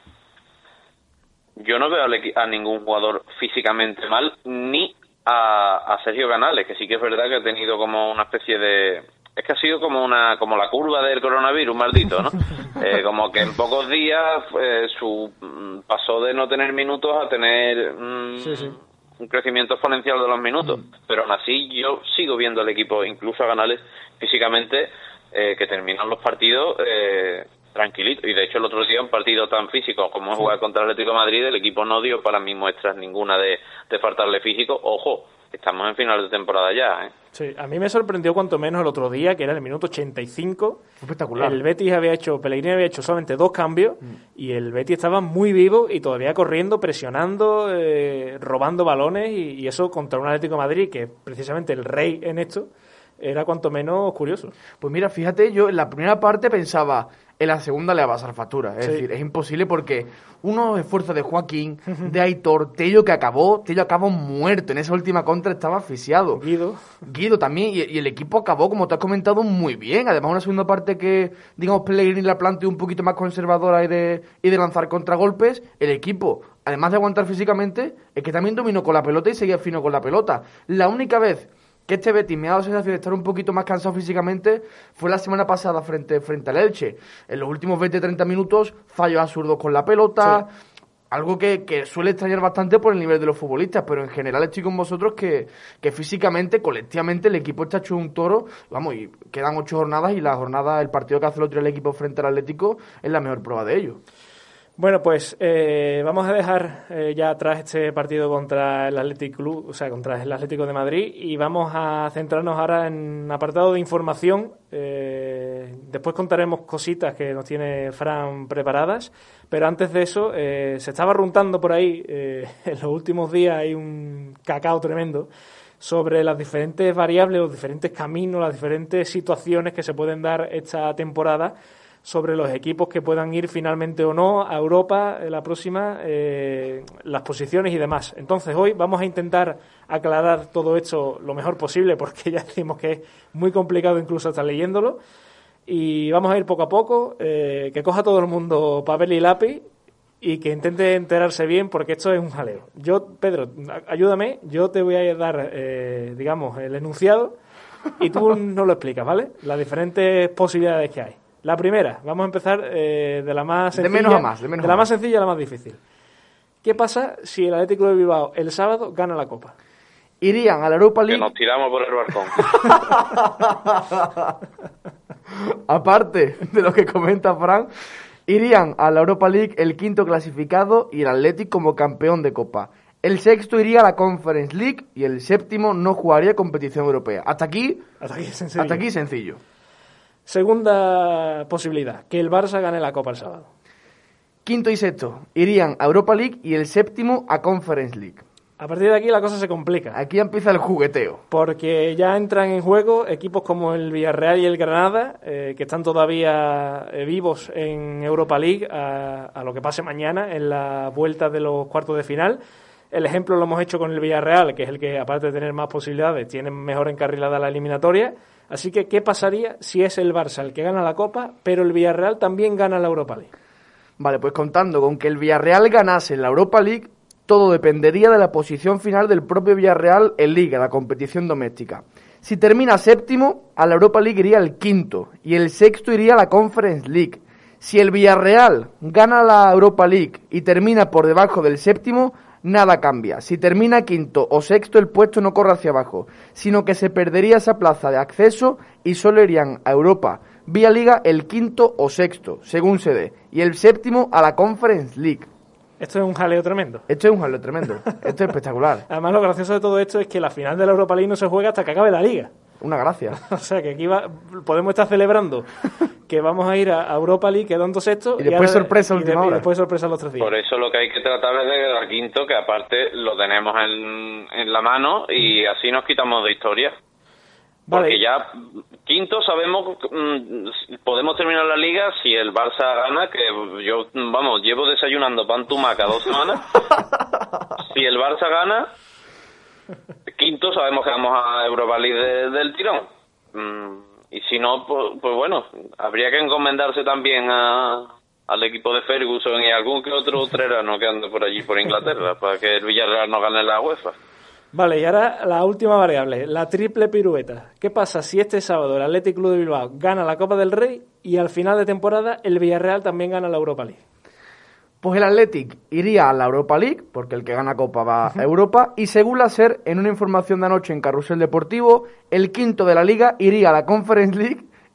Speaker 3: Yo no veo a ningún jugador físicamente mal, ni a, a Sergio Canales, que sí que es verdad que ha tenido como una especie de... Es que ha sido como una como la curva del coronavirus, maldito, ¿no? Eh, como que en pocos días eh, su pasó de no tener minutos a tener mm, sí, sí. un crecimiento exponencial de los minutos. Mm. Pero aún así yo sigo viendo al equipo, incluso a Canales, físicamente, eh, que terminan los partidos... Eh, tranquilito, y de hecho el otro día un partido tan físico como es jugar contra el Atlético de Madrid, el equipo no dio para mí muestras ninguna de, de faltarle físico. Ojo, estamos en final de temporada ya, ¿eh?
Speaker 1: Sí, a mí me sorprendió cuanto menos el otro día, que era el minuto ochenta y cinco.
Speaker 2: Espectacular.
Speaker 1: El Betis había hecho, Pellegrini había hecho solamente dos cambios mm. y el Betis estaba muy vivo y todavía corriendo, presionando, eh, robando balones y, y eso contra un Atlético de Madrid, que es precisamente el rey en esto, era cuanto menos curioso.
Speaker 2: Pues mira, fíjate, yo en la primera parte pensaba, en la segunda le va a pasar factura. Es sí. decir, es imposible porque unos esfuerzos de Joaquín, de Aitor, Tello que acabó, Tello acabó muerto. En esa última contra estaba asfixiado.
Speaker 1: Guido.
Speaker 2: Guido también. Y, y el equipo acabó, como te has comentado, muy bien. Además, una segunda parte que, digamos, Pellegrini la planteó un poquito más conservadora y de, y de lanzar contragolpes. El equipo, además de aguantar físicamente, es que también dominó con la pelota y seguía fino con la pelota. La única vez que este Betis me ha dado la sensación de estar un poquito más cansado físicamente fue la semana pasada frente, frente al Elche. En los últimos veinte a treinta minutos, fallos absurdos con la pelota, sí. algo que, que suele extrañar bastante por el nivel de los futbolistas, pero en general estoy con vosotros que, que físicamente, colectivamente, el equipo está hecho un toro, vamos, y quedan ocho jornadas y la jornada, el partido que hace el otro el equipo frente al Atlético es la mejor prueba de ello.
Speaker 1: Bueno, pues eh, vamos a dejar eh, ya atrás este partido contra el Athletic Club, o sea, contra el Atlético de Madrid y vamos a centrarnos ahora en apartado de información. Eh, después contaremos cositas que nos tiene Fran preparadas, pero antes de eso eh, se estaba runtando por ahí, eh, en los últimos días hay un cacao tremendo sobre las diferentes variables, los diferentes caminos, las diferentes situaciones que se pueden dar esta temporada sobre los equipos que puedan ir finalmente o no a Europa en la próxima, eh, las posiciones y demás. Entonces hoy vamos a intentar aclarar todo esto lo mejor posible porque ya decimos que es muy complicado incluso estar leyéndolo y vamos a ir poco a poco, eh, que coja todo el mundo papel y lápiz y que intente enterarse bien porque esto es un jaleo. Yo, Pedro, ayúdame, yo te voy a dar, eh, digamos, el enunciado y tú nos lo explicas, ¿vale? Las diferentes posibilidades que hay. La primera, vamos a empezar eh, de la más sencilla,
Speaker 2: de menos a más, de, menos
Speaker 1: de la
Speaker 2: a
Speaker 1: más sencilla a la más difícil. ¿Qué pasa si el Atlético de Bilbao el sábado gana la Copa?
Speaker 2: Irían a la Europa League.
Speaker 3: Que nos tiramos por el balcón.
Speaker 2: Aparte de lo que comenta Fran, irían a la Europa League el quinto clasificado y el Atlético como campeón de Copa. El sexto iría a la Conference League y el séptimo no jugaría competición europea. Hasta aquí,
Speaker 1: hasta aquí sencillo.
Speaker 2: Hasta aquí sencillo.
Speaker 1: Segunda posibilidad, que el Barça gane la Copa el sábado.
Speaker 2: Quinto y sexto irían a Europa League y el séptimo a Conference League.
Speaker 1: A partir de aquí la cosa se complica.
Speaker 2: Aquí empieza el jugueteo.
Speaker 1: Porque ya entran en juego equipos como el Villarreal y el Granada, eh, que están todavía eh, vivos en Europa League a, a lo que pase mañana en la vuelta de los cuartos de final. El ejemplo lo hemos hecho con el Villarreal, que es el que, aparte de tener más posibilidades, tiene mejor encarrilada la eliminatoria. Así que, ¿qué pasaría si es el Barça el que gana la Copa, pero el Villarreal también gana la Europa League?
Speaker 2: Vale, pues contando con que el Villarreal ganase la Europa League, todo dependería de la posición final del propio Villarreal en Liga, la competición doméstica. Si termina séptimo, a la Europa League iría el quinto, y el sexto iría a la Conference League. Si el Villarreal gana la Europa League y termina por debajo del séptimo, nada cambia. Si termina quinto o sexto, el puesto no corre hacia abajo, sino que se perdería esa plaza de acceso y solo irían a Europa vía Liga el quinto o sexto, según se dé, y el séptimo a la Conference League.
Speaker 1: Esto es un jaleo tremendo.
Speaker 2: Esto es un jaleo tremendo. Esto es espectacular.
Speaker 1: Además, lo gracioso de todo esto es que la final de la Europa League no se juega hasta que acabe la Liga.
Speaker 2: Una gracia.
Speaker 1: O sea, que aquí va, podemos estar celebrando que vamos a ir a Europa League quedando sexto.
Speaker 2: Y después y ahora, sorpresa
Speaker 1: y
Speaker 2: última
Speaker 1: de,
Speaker 2: hora.
Speaker 1: Y después sorpresa los tres días.
Speaker 3: Por eso lo que hay que tratar es de quedar quinto, que aparte lo tenemos en, en la mano y así nos quitamos de historia.
Speaker 1: Vale.
Speaker 3: Porque ya quinto sabemos, mmm, podemos terminar la liga si el Barça gana, que yo, vamos, llevo desayunando pan tumaca dos semanas. Si el Barça gana, quinto sabemos que vamos a Europa League de, del tirón. Mm, y si no, pues, pues bueno, habría que encomendarse también a, al equipo de Ferguson y algún que otro trerano que ande por allí, por Inglaterra, para que el Villarreal no gane la UEFA.
Speaker 1: Vale, y ahora la última variable, la triple pirueta. ¿Qué pasa si este sábado el Athletic Club de Bilbao gana la Copa del Rey y al final de temporada el Villarreal también gana la Europa League?
Speaker 2: Pues el Athletic iría a la Europa League, porque el que gana Copa va a Europa, y según la SER, en una información de anoche en Carrusel Deportivo, el quinto de la Liga iría a la Conference League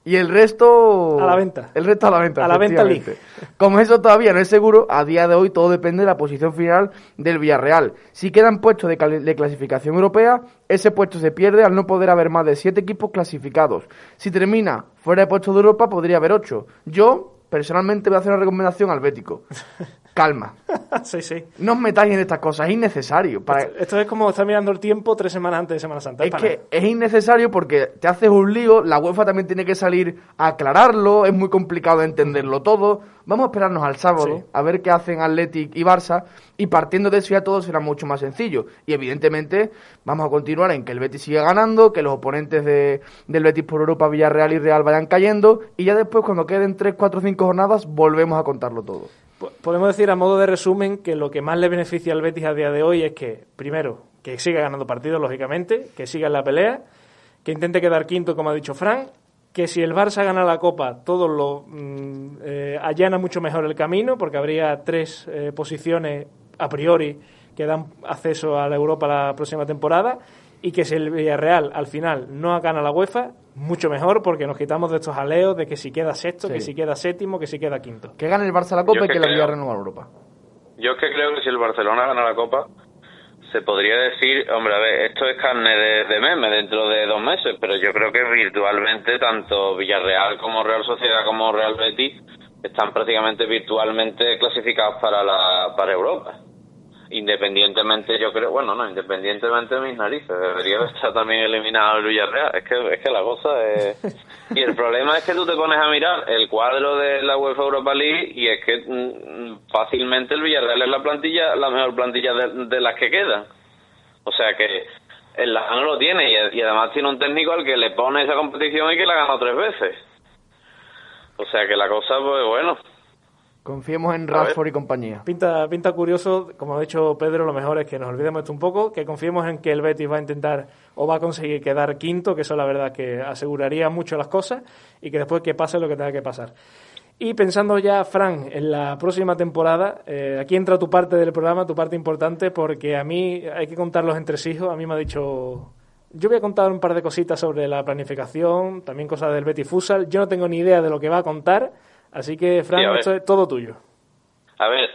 Speaker 2: Y el resto...
Speaker 1: A la venta.
Speaker 2: El resto a la venta,
Speaker 1: A la venta
Speaker 2: efectivamente. Como eso todavía no es seguro, a día de hoy todo depende de la posición final del Villarreal. Si quedan puestos de, cal- de clasificación europea, ese puesto se pierde al no poder haber más de siete equipos clasificados. Si termina fuera de puestos de Europa, podría haber ocho. Yo, personalmente, voy a hacer una recomendación al Bético. Calma.
Speaker 1: Sí, sí.
Speaker 2: No os metáis en estas cosas, es innecesario. Para...
Speaker 1: Esto, esto es como estar mirando el tiempo tres semanas antes de Semana Santa.
Speaker 2: Es
Speaker 1: para
Speaker 2: que
Speaker 1: nada.
Speaker 2: es innecesario porque te haces un lío, la UEFA también tiene que salir a aclararlo, es muy complicado de entenderlo todo. Vamos a esperarnos al sábado,
Speaker 1: Sí.
Speaker 2: a ver qué hacen Athletic y Barça, y partiendo de eso ya todo será mucho más sencillo. Y evidentemente vamos a continuar en que el Betis siga ganando, que los oponentes de, del Betis por Europa, Villarreal y Real vayan cayendo, y ya después cuando queden tres, cuatro, cinco jornadas volvemos a contarlo todo.
Speaker 1: Po- Podemos decir a modo de resumen que lo que más le beneficia al Betis a día de hoy es que, primero, que siga ganando partidos, lógicamente, que siga en la pelea, que intente quedar quinto, como ha dicho Fran, que si el Barça gana la Copa, todo lo mm, eh, allana mucho mejor el camino, porque habría tres eh, posiciones a priori que dan acceso a la Europa la próxima temporada, y que si el Villarreal al final no gana la UEFA, mucho mejor, porque nos quitamos de estos aleos de que si queda sexto,
Speaker 2: Sí.
Speaker 1: que si queda séptimo, que si queda quinto.
Speaker 2: Que gane el Barça la Copa
Speaker 3: Yo
Speaker 2: y
Speaker 3: que
Speaker 2: que la
Speaker 3: creo-
Speaker 2: Villarreal no gane Europa.
Speaker 3: Yo es que creo que si el Barcelona gana la Copa, se podría decir, hombre, a ver, esto es carne de, de meme dentro de dos meses, pero yo creo que virtualmente tanto Villarreal como Real Sociedad como Real Betis están prácticamente virtualmente clasificados para la para Europa. Independientemente, yo creo, bueno, no, independientemente de mis narices, debería de estar también eliminado el Villarreal. Es que, es que la cosa es... Y el problema es que tú te pones a mirar el cuadro de la UEFA Europa League y es que mm, fácilmente el Villarreal es la plantilla, la mejor plantilla de, de las que quedan. O sea que el Lajano lo tiene y, y además tiene un técnico al que le pone esa competición y que la ha ganado tres veces. O sea que la cosa, pues bueno...
Speaker 2: Confiemos en
Speaker 3: A ver.
Speaker 2: Rashford y compañía.
Speaker 1: Pinta, pinta curioso, como ha dicho Pedro, lo mejor es que nos olvidemos esto un poco, que confiemos en que el Betis va a intentar o va a conseguir quedar quinto, que eso la verdad que aseguraría mucho las cosas, y que después que pase lo que tenga que pasar. Y pensando ya, Fran, en la próxima temporada, eh, aquí entra tu parte del programa, tu parte importante, porque a mí hay que contar los entresijos. A mí me ha dicho... Yo voy a contar un par de cositas sobre la planificación, también cosas del Betis Futsal. Yo no tengo ni idea de lo que va a contar, así que, Fran,
Speaker 3: Sí, a ver.
Speaker 1: esto es todo tuyo.
Speaker 3: A ver,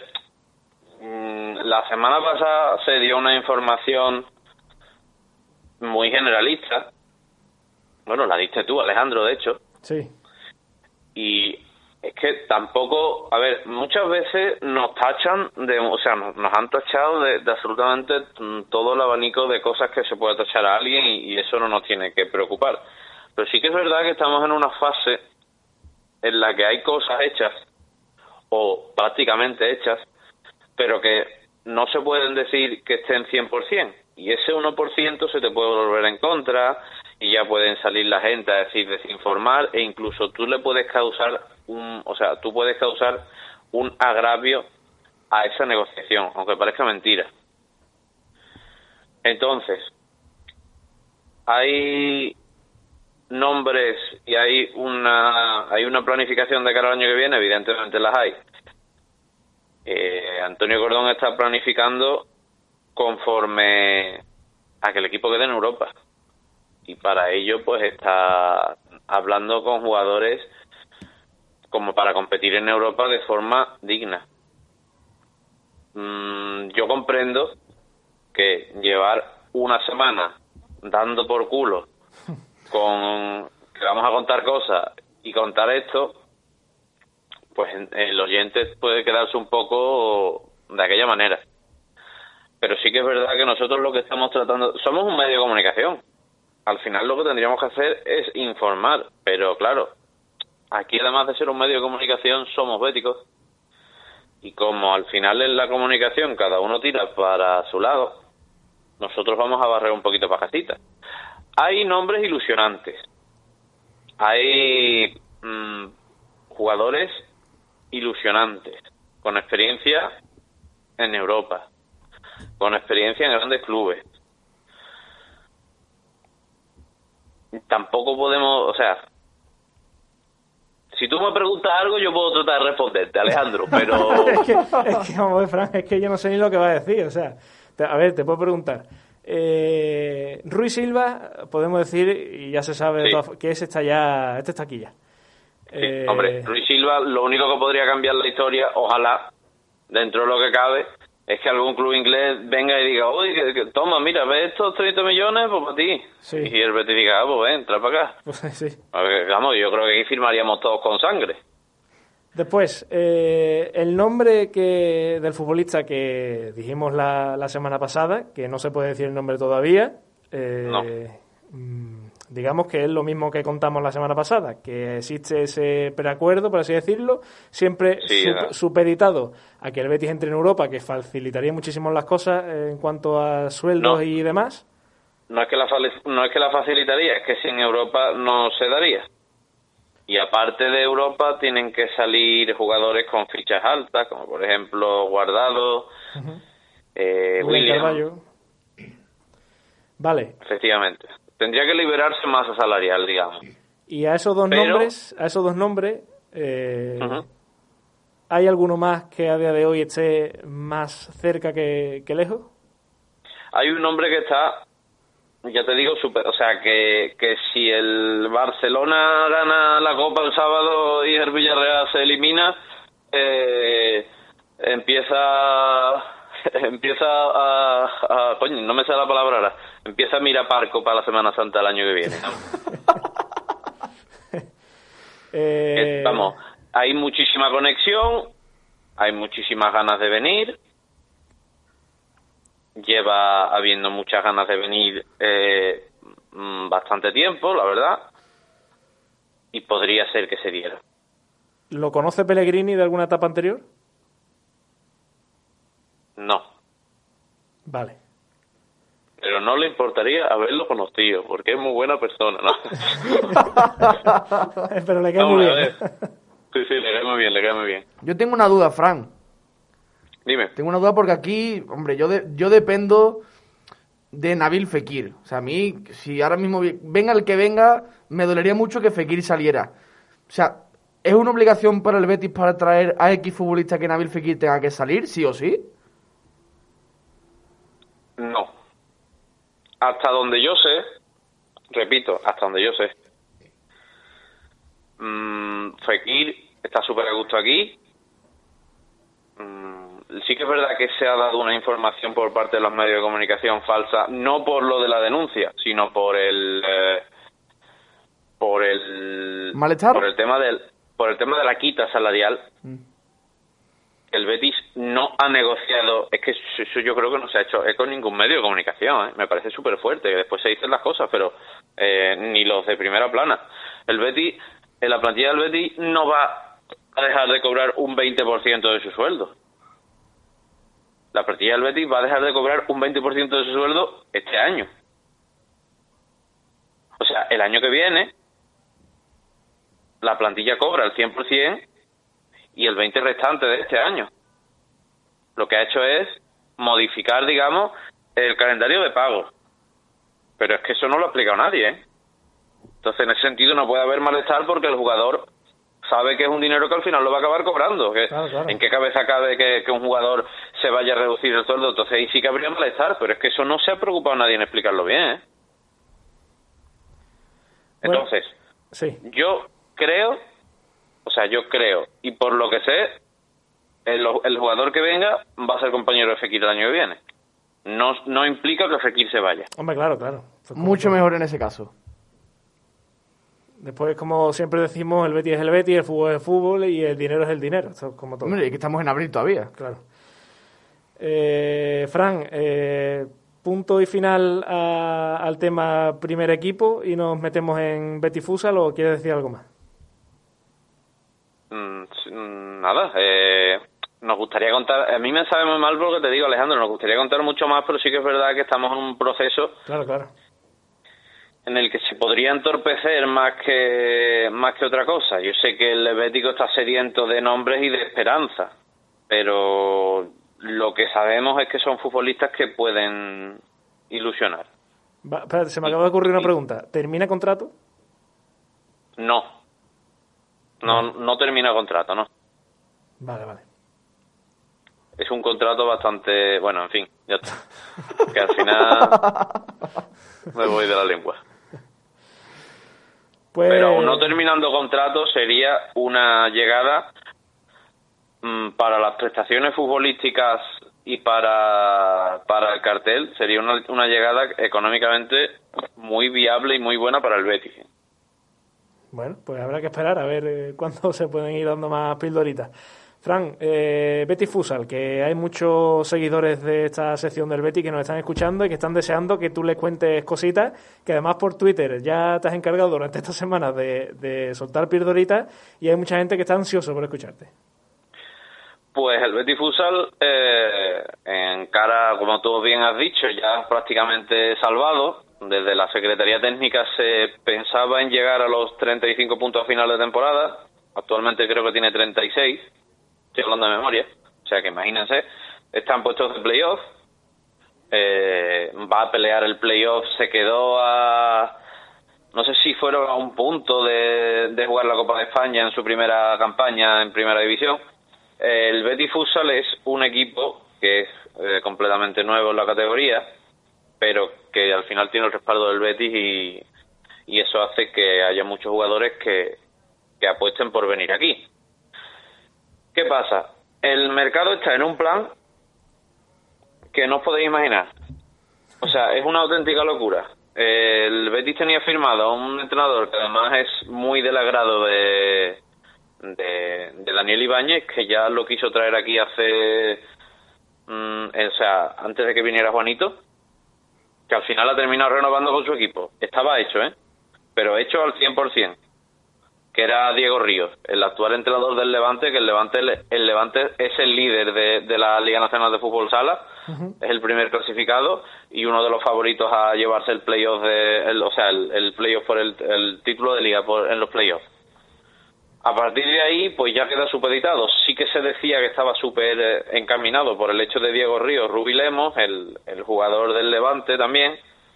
Speaker 3: mm, la semana pasada se dio una información muy generalista. Bueno, la diste tú, Alejandro, de hecho.
Speaker 1: Sí.
Speaker 3: Y es que tampoco, a ver, muchas veces nos tachan de, o sea, nos, nos han tachado de, de absolutamente mm, todo el abanico de cosas que se puede tachar a alguien y, y eso no nos tiene que preocupar. Pero sí que es verdad que estamos en una fase en la que hay cosas hechas o prácticamente hechas, pero que no se pueden decir que estén cien por ciento. Y ese uno por ciento se te puede volver en contra y ya pueden salir la gente a decir desinformar e incluso tú le puedes causar un, o sea, tú puedes causar un agravio a esa negociación, aunque parezca mentira. Entonces, hay nombres y hay una hay una planificación de cara al año que viene, evidentemente las hay. Eh, Antonio Cordón está planificando conforme a que el equipo quede en Europa y para ello pues está hablando con jugadores como para competir en Europa de forma digna. Mm, yo comprendo que llevar una semana dando por culo con que vamos a contar cosas y contar esto, pues el oyente puede quedarse un poco de aquella manera. Pero sí que es verdad que nosotros lo que estamos tratando... Somos un medio de comunicación. Al final lo que tendríamos que hacer es informar. Pero claro, aquí además de ser un medio de comunicación somos béticos. Y como al final en la comunicación cada uno tira para su lado, nosotros vamos a barrer un poquito para casita. Hay nombres ilusionantes. Hay mmm, jugadores ilusionantes, con experiencia en Europa, con experiencia en grandes clubes. Tampoco podemos, o sea, si tú me preguntas algo yo puedo tratar de responderte, Alejandro, pero...
Speaker 1: es, que, es que, vamos a ver, Fran, es que yo no sé ni lo que va a decir, o sea, te, a ver, te puedo preguntar, Eh, Rui Silva, podemos decir, y ya se sabe
Speaker 3: Sí.
Speaker 1: todas, que ese está ya, este está aquí ya.
Speaker 3: Sí,
Speaker 1: Eh,
Speaker 3: hombre, Rui Silva, lo único que podría cambiar la historia, ojalá, dentro de lo que cabe, es que algún club inglés venga y diga, oye, que, que, toma, mira, ¿ves estos treinta millones? Pues para ti.
Speaker 1: Sí.
Speaker 3: Y el Betis diga, ah, pues ven, entra para acá.
Speaker 1: Pues, sí.
Speaker 3: A ver, vamos, yo creo que aquí firmaríamos todos con sangre.
Speaker 1: Después, eh, el nombre que del futbolista que dijimos la, la semana pasada, que no se puede decir el nombre todavía, eh,
Speaker 3: No.
Speaker 1: mm, digamos que es lo mismo que contamos la semana pasada, que existe ese preacuerdo, por así decirlo, siempre
Speaker 3: Sí,
Speaker 1: sup-
Speaker 3: ya.
Speaker 1: supeditado a que el Betis entre en Europa, que facilitaría muchísimo las cosas en cuanto a sueldos
Speaker 3: No.
Speaker 1: y demás.
Speaker 3: No es que la fali- no es que la facilitaría, es que sin Europa no se daría. Y aparte de Europa tienen que salir jugadores con fichas altas, como por ejemplo Guardado, eh,
Speaker 1: William
Speaker 3: William,
Speaker 1: Carvalho. Vale,
Speaker 3: efectivamente. Tendría que liberarse masa salarial, digamos.
Speaker 1: y a esos dos
Speaker 3: Pero-
Speaker 1: nombres, a esos dos nombres, eh,
Speaker 3: Ujú.
Speaker 1: ¿hay alguno más que a día de hoy esté más cerca que, que lejos?
Speaker 3: Hay un hombre que está, ya te digo, super, o sea, que, que si el Barcelona gana la Copa el sábado y el Villarreal se elimina, eh, empieza empieza a, a... Coño, no me sale la palabra ahora. Empieza a mirar Parco para la Semana Santa del año que viene, ¿no?
Speaker 1: Eh,
Speaker 3: Eh, Vamos, hay muchísima conexión, hay muchísimas ganas de venir, lleva habiendo muchas ganas de venir eh, mm, bastante tiempo, la verdad, y podría ser que se diera.
Speaker 1: ¿Lo conoce Pellegrini de alguna etapa anterior?
Speaker 3: No,
Speaker 1: Vale.
Speaker 3: pero no le importaría haberlo conocido, porque es muy buena persona, ¿no?
Speaker 1: Pero le cae
Speaker 3: Vamos
Speaker 1: muy
Speaker 3: a
Speaker 1: bien.
Speaker 3: ver. Sí, sí, le cae muy bien, le cae muy bien.
Speaker 2: Yo tengo una duda, Fran.
Speaker 3: Dime.
Speaker 2: Tengo una duda porque aquí, hombre, yo de- yo dependo de Nabil Fekir. O sea, a mí, si ahora mismo vi- venga el que venga, me dolería mucho que Fekir saliera. O sea, ¿es una obligación para el Betis para traer a X futbolista que Nabil Fekir tenga que salir, sí o sí?
Speaker 3: No. Hasta donde yo sé, repito, hasta donde yo sé, mm, Fekir está súper a gusto aquí. Mm, sí que es verdad que se ha dado una información por parte de los medios de comunicación falsa, no por lo de la denuncia, sino por el eh, por el
Speaker 2: ¿Malestar?
Speaker 3: por el tema del por el tema de la quita salarial. El Betis no ha negociado, es que eso, eso yo creo que no se ha hecho es con ningún medio de comunicación, ¿eh? Me parece súper fuerte, que después se dicen las cosas, pero eh, ni los de primera plana. El Betis, en la plantilla del Betis no va a dejar de cobrar un veinte por ciento de su sueldo. La plantilla del Betis va a dejar de cobrar un veinte por ciento de su sueldo este año. O sea, el año que viene la plantilla cobra el cien por ciento y el veinte por ciento restante de este año. Lo que ha hecho es modificar, digamos, el calendario de pagos. Pero es que eso no lo ha explicado nadie, ¿eh? Entonces, en ese sentido, no puede haber malestar porque el jugador sabe que es un dinero que al final lo va a acabar cobrando. Que,
Speaker 1: Claro, claro.
Speaker 3: ¿En qué cabeza cabe que, que un jugador se vaya a reducir el sueldo? Entonces, ahí sí que habría malestar, pero es que eso no se ha preocupado nadie en explicarlo bien, ¿eh?
Speaker 1: Bueno.
Speaker 3: Entonces,
Speaker 1: Sí.
Speaker 3: yo creo, o sea, yo creo, y por lo que sé, el, el jugador que venga va a ser compañero de Fekir el año que viene. No, no implica que Fekir se vaya.
Speaker 1: Hombre, claro, claro. Esto es como
Speaker 2: Mucho
Speaker 1: todo.
Speaker 2: mejor en ese caso.
Speaker 1: Después, como siempre decimos, el Betis es el Betis, el fútbol es el fútbol y el dinero es el dinero. Esto es como todo.
Speaker 2: Hombre, y que estamos en abril todavía.
Speaker 1: Claro. Eh, Fran, eh, punto y final a- al tema primer equipo y nos metemos en Betis Futsal, ¿o quieres decir algo más?
Speaker 3: Mm, s- mm, nada, eh, nos gustaría contar, a mí me sabe muy mal porque te digo, Alejandro, nos gustaría contar mucho más, pero sí que es verdad que estamos en un proceso
Speaker 1: Claro, claro.
Speaker 3: en el que se podría entorpecer más que más que otra cosa. Yo sé que el Bético está sediento de nombres y de esperanza, pero lo que sabemos es que son futbolistas que pueden ilusionar.
Speaker 1: Va, espérate, se me acaba de ocurrir una pregunta. ¿Termina contrato?
Speaker 3: No, no, no termina contrato, no.
Speaker 1: Vale, vale.
Speaker 3: Es un contrato bastante, bueno, en fin, ya está. que al final me voy de la lengua.
Speaker 1: Pues...
Speaker 3: Pero aún no terminando contrato sería una llegada mmm, para las prestaciones futbolísticas y para, para el cartel, sería una, una llegada económicamente muy viable y muy buena para el Betis.
Speaker 1: Bueno, pues habrá que esperar a ver eh, cuándo se pueden ir dando más pildoritas. Fran, eh, Betis Futsal, que hay muchos seguidores de esta sección del Betis que nos están escuchando y que están deseando que tú les cuentes cositas, que además por Twitter ya te has encargado durante estas semanas de, de soltar pildoritas y hay mucha gente que está ansioso por escucharte.
Speaker 3: Pues el Betis Futsal eh, encara, como tú bien has dicho, ya prácticamente salvado. Desde la Secretaría Técnica se pensaba en llegar a los treinta y cinco puntos a final de temporada. Actualmente creo que tiene treinta y seis. Estoy hablando de memoria. O sea que imagínense, están puestos de playoff. Eh, va a pelear el playoff. Se quedó a... No sé si fueron a un punto de, de jugar la Copa de España en su primera campaña en Primera División. Eh, el Betis Futsal es un equipo que es eh, completamente nuevo en la categoría, pero que al final tiene el respaldo del Betis y, y eso hace que haya muchos jugadores que, que apuesten por venir aquí. ¿Qué pasa? El mercado está en un plan que no os podéis imaginar. O sea, es una auténtica locura. El Betis tenía firmado a un entrenador que además es muy del agrado de, de, de Daniel Ibáñez, que ya lo quiso traer aquí hace... Mm, o sea, antes de que viniera Juanito, que al final ha terminado renovando con su equipo. Estaba hecho, ¿eh? Pero hecho al cien por ciento. Que era Diego Ríos, el actual entrenador del Levante, que el Levante el Levante es el líder de, de la Liga Nacional de Fútbol Sala, uh-huh. Es el primer clasificado y uno de los favoritos a llevarse el playoff, de, el, o sea, el, el playoff por el, el título de Liga por, en los playoffs. A partir de ahí, pues ya queda supeditado. Sí que se decía que estaba súper eh, encaminado por el hecho de Diego Ríos, Rubi Lemos, el, el jugador del Levante también,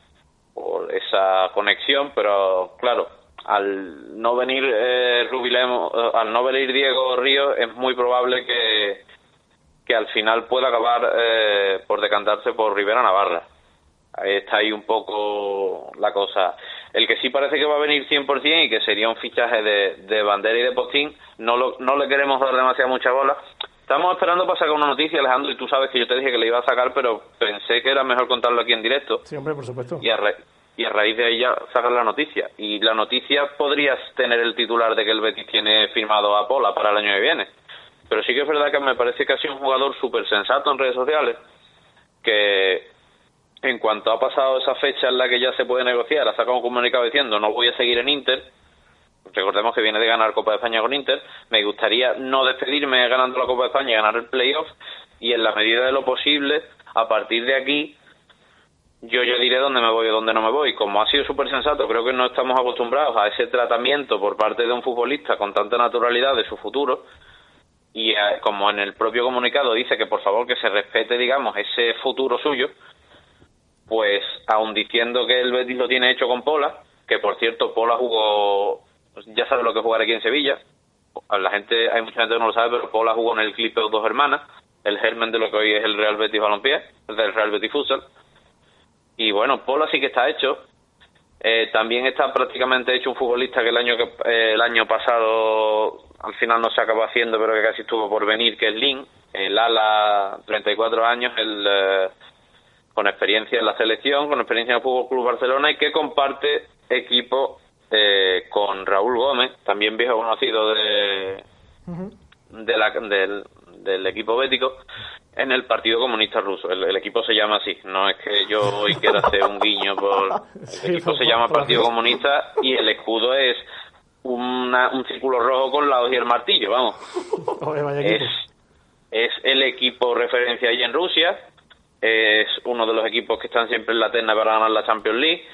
Speaker 3: por esa conexión, pero claro, al no venir eh, Rubi Lemos, eh, al no venir Diego Ríos, es muy probable que, que al final pueda acabar eh, por decantarse por Rivera Navarra. Ahí está ahí un poco la cosa. El que sí parece que va a venir cien por ciento y que sería un fichaje de, de Bandera y de Postín, no, lo, no le queremos dar demasiada mucha bola. Estamos esperando para sacar una noticia, Alejandro, y tú sabes que yo te dije que le iba a sacar, pero pensé que era mejor contarlo aquí en directo.
Speaker 1: Sí, hombre, por supuesto.
Speaker 3: Y a, ra- y a raíz de ahí ya sacar la noticia. Y la noticia podrías tener el titular de que el Betis tiene firmado a Pola para el año que viene. Pero sí que es verdad que me parece que ha sido un jugador súper sensato en redes sociales, que en cuanto ha pasado esa fecha en la que ya se puede negociar, ha sacado un comunicado diciendo no voy a seguir en Inter. Recordemos que viene de ganar Copa de España con Inter. Me gustaría no despedirme ganando la Copa de España y ganar el playoff, y en la medida de lo posible, a partir de aquí, yo ya diré dónde me voy o dónde no me voy. Como ha sido súper sensato, creo que no estamos acostumbrados a ese tratamiento por parte de un futbolista con tanta naturalidad de su futuro, y eh, como en el propio comunicado dice que por favor que se respete, digamos, ese futuro suyo, pues aun diciendo que el Betis lo tiene hecho con Pola, que por cierto Pola jugó, ya sabe lo que es jugar aquí en Sevilla, la gente, hay mucha gente que no lo sabe, pero Pola jugó en el Clipeo Dos Hermanas, el germen de lo que hoy es el Real Betis Balompié, el del Real Betis Futsal. Y bueno, Pola sí que está hecho. Eh, también está prácticamente hecho un futbolista que el año que eh, el año pasado al final no se acabó haciendo, pero que casi estuvo por venir, que es Lin, el ala, treinta y cuatro años, el eh, con experiencia en la selección, con experiencia en el Fútbol Club Barcelona, y que comparte equipo eh, con Raúl Gómez, también viejo conocido de, uh-huh. de la, del, del equipo bético, en el Partido Comunista Ruso. El, el equipo se llama así, no es que yo hoy quiera hacer un guiño por... El sí, equipo por, se llama por, Partido por... Comunista, y el escudo es una, un círculo rojo con la hoz y el martillo, vamos.
Speaker 1: Oye,
Speaker 3: es, es el equipo referencia ahí en Rusia, es uno de los equipos que están siempre en la terna para ganar la Champions League,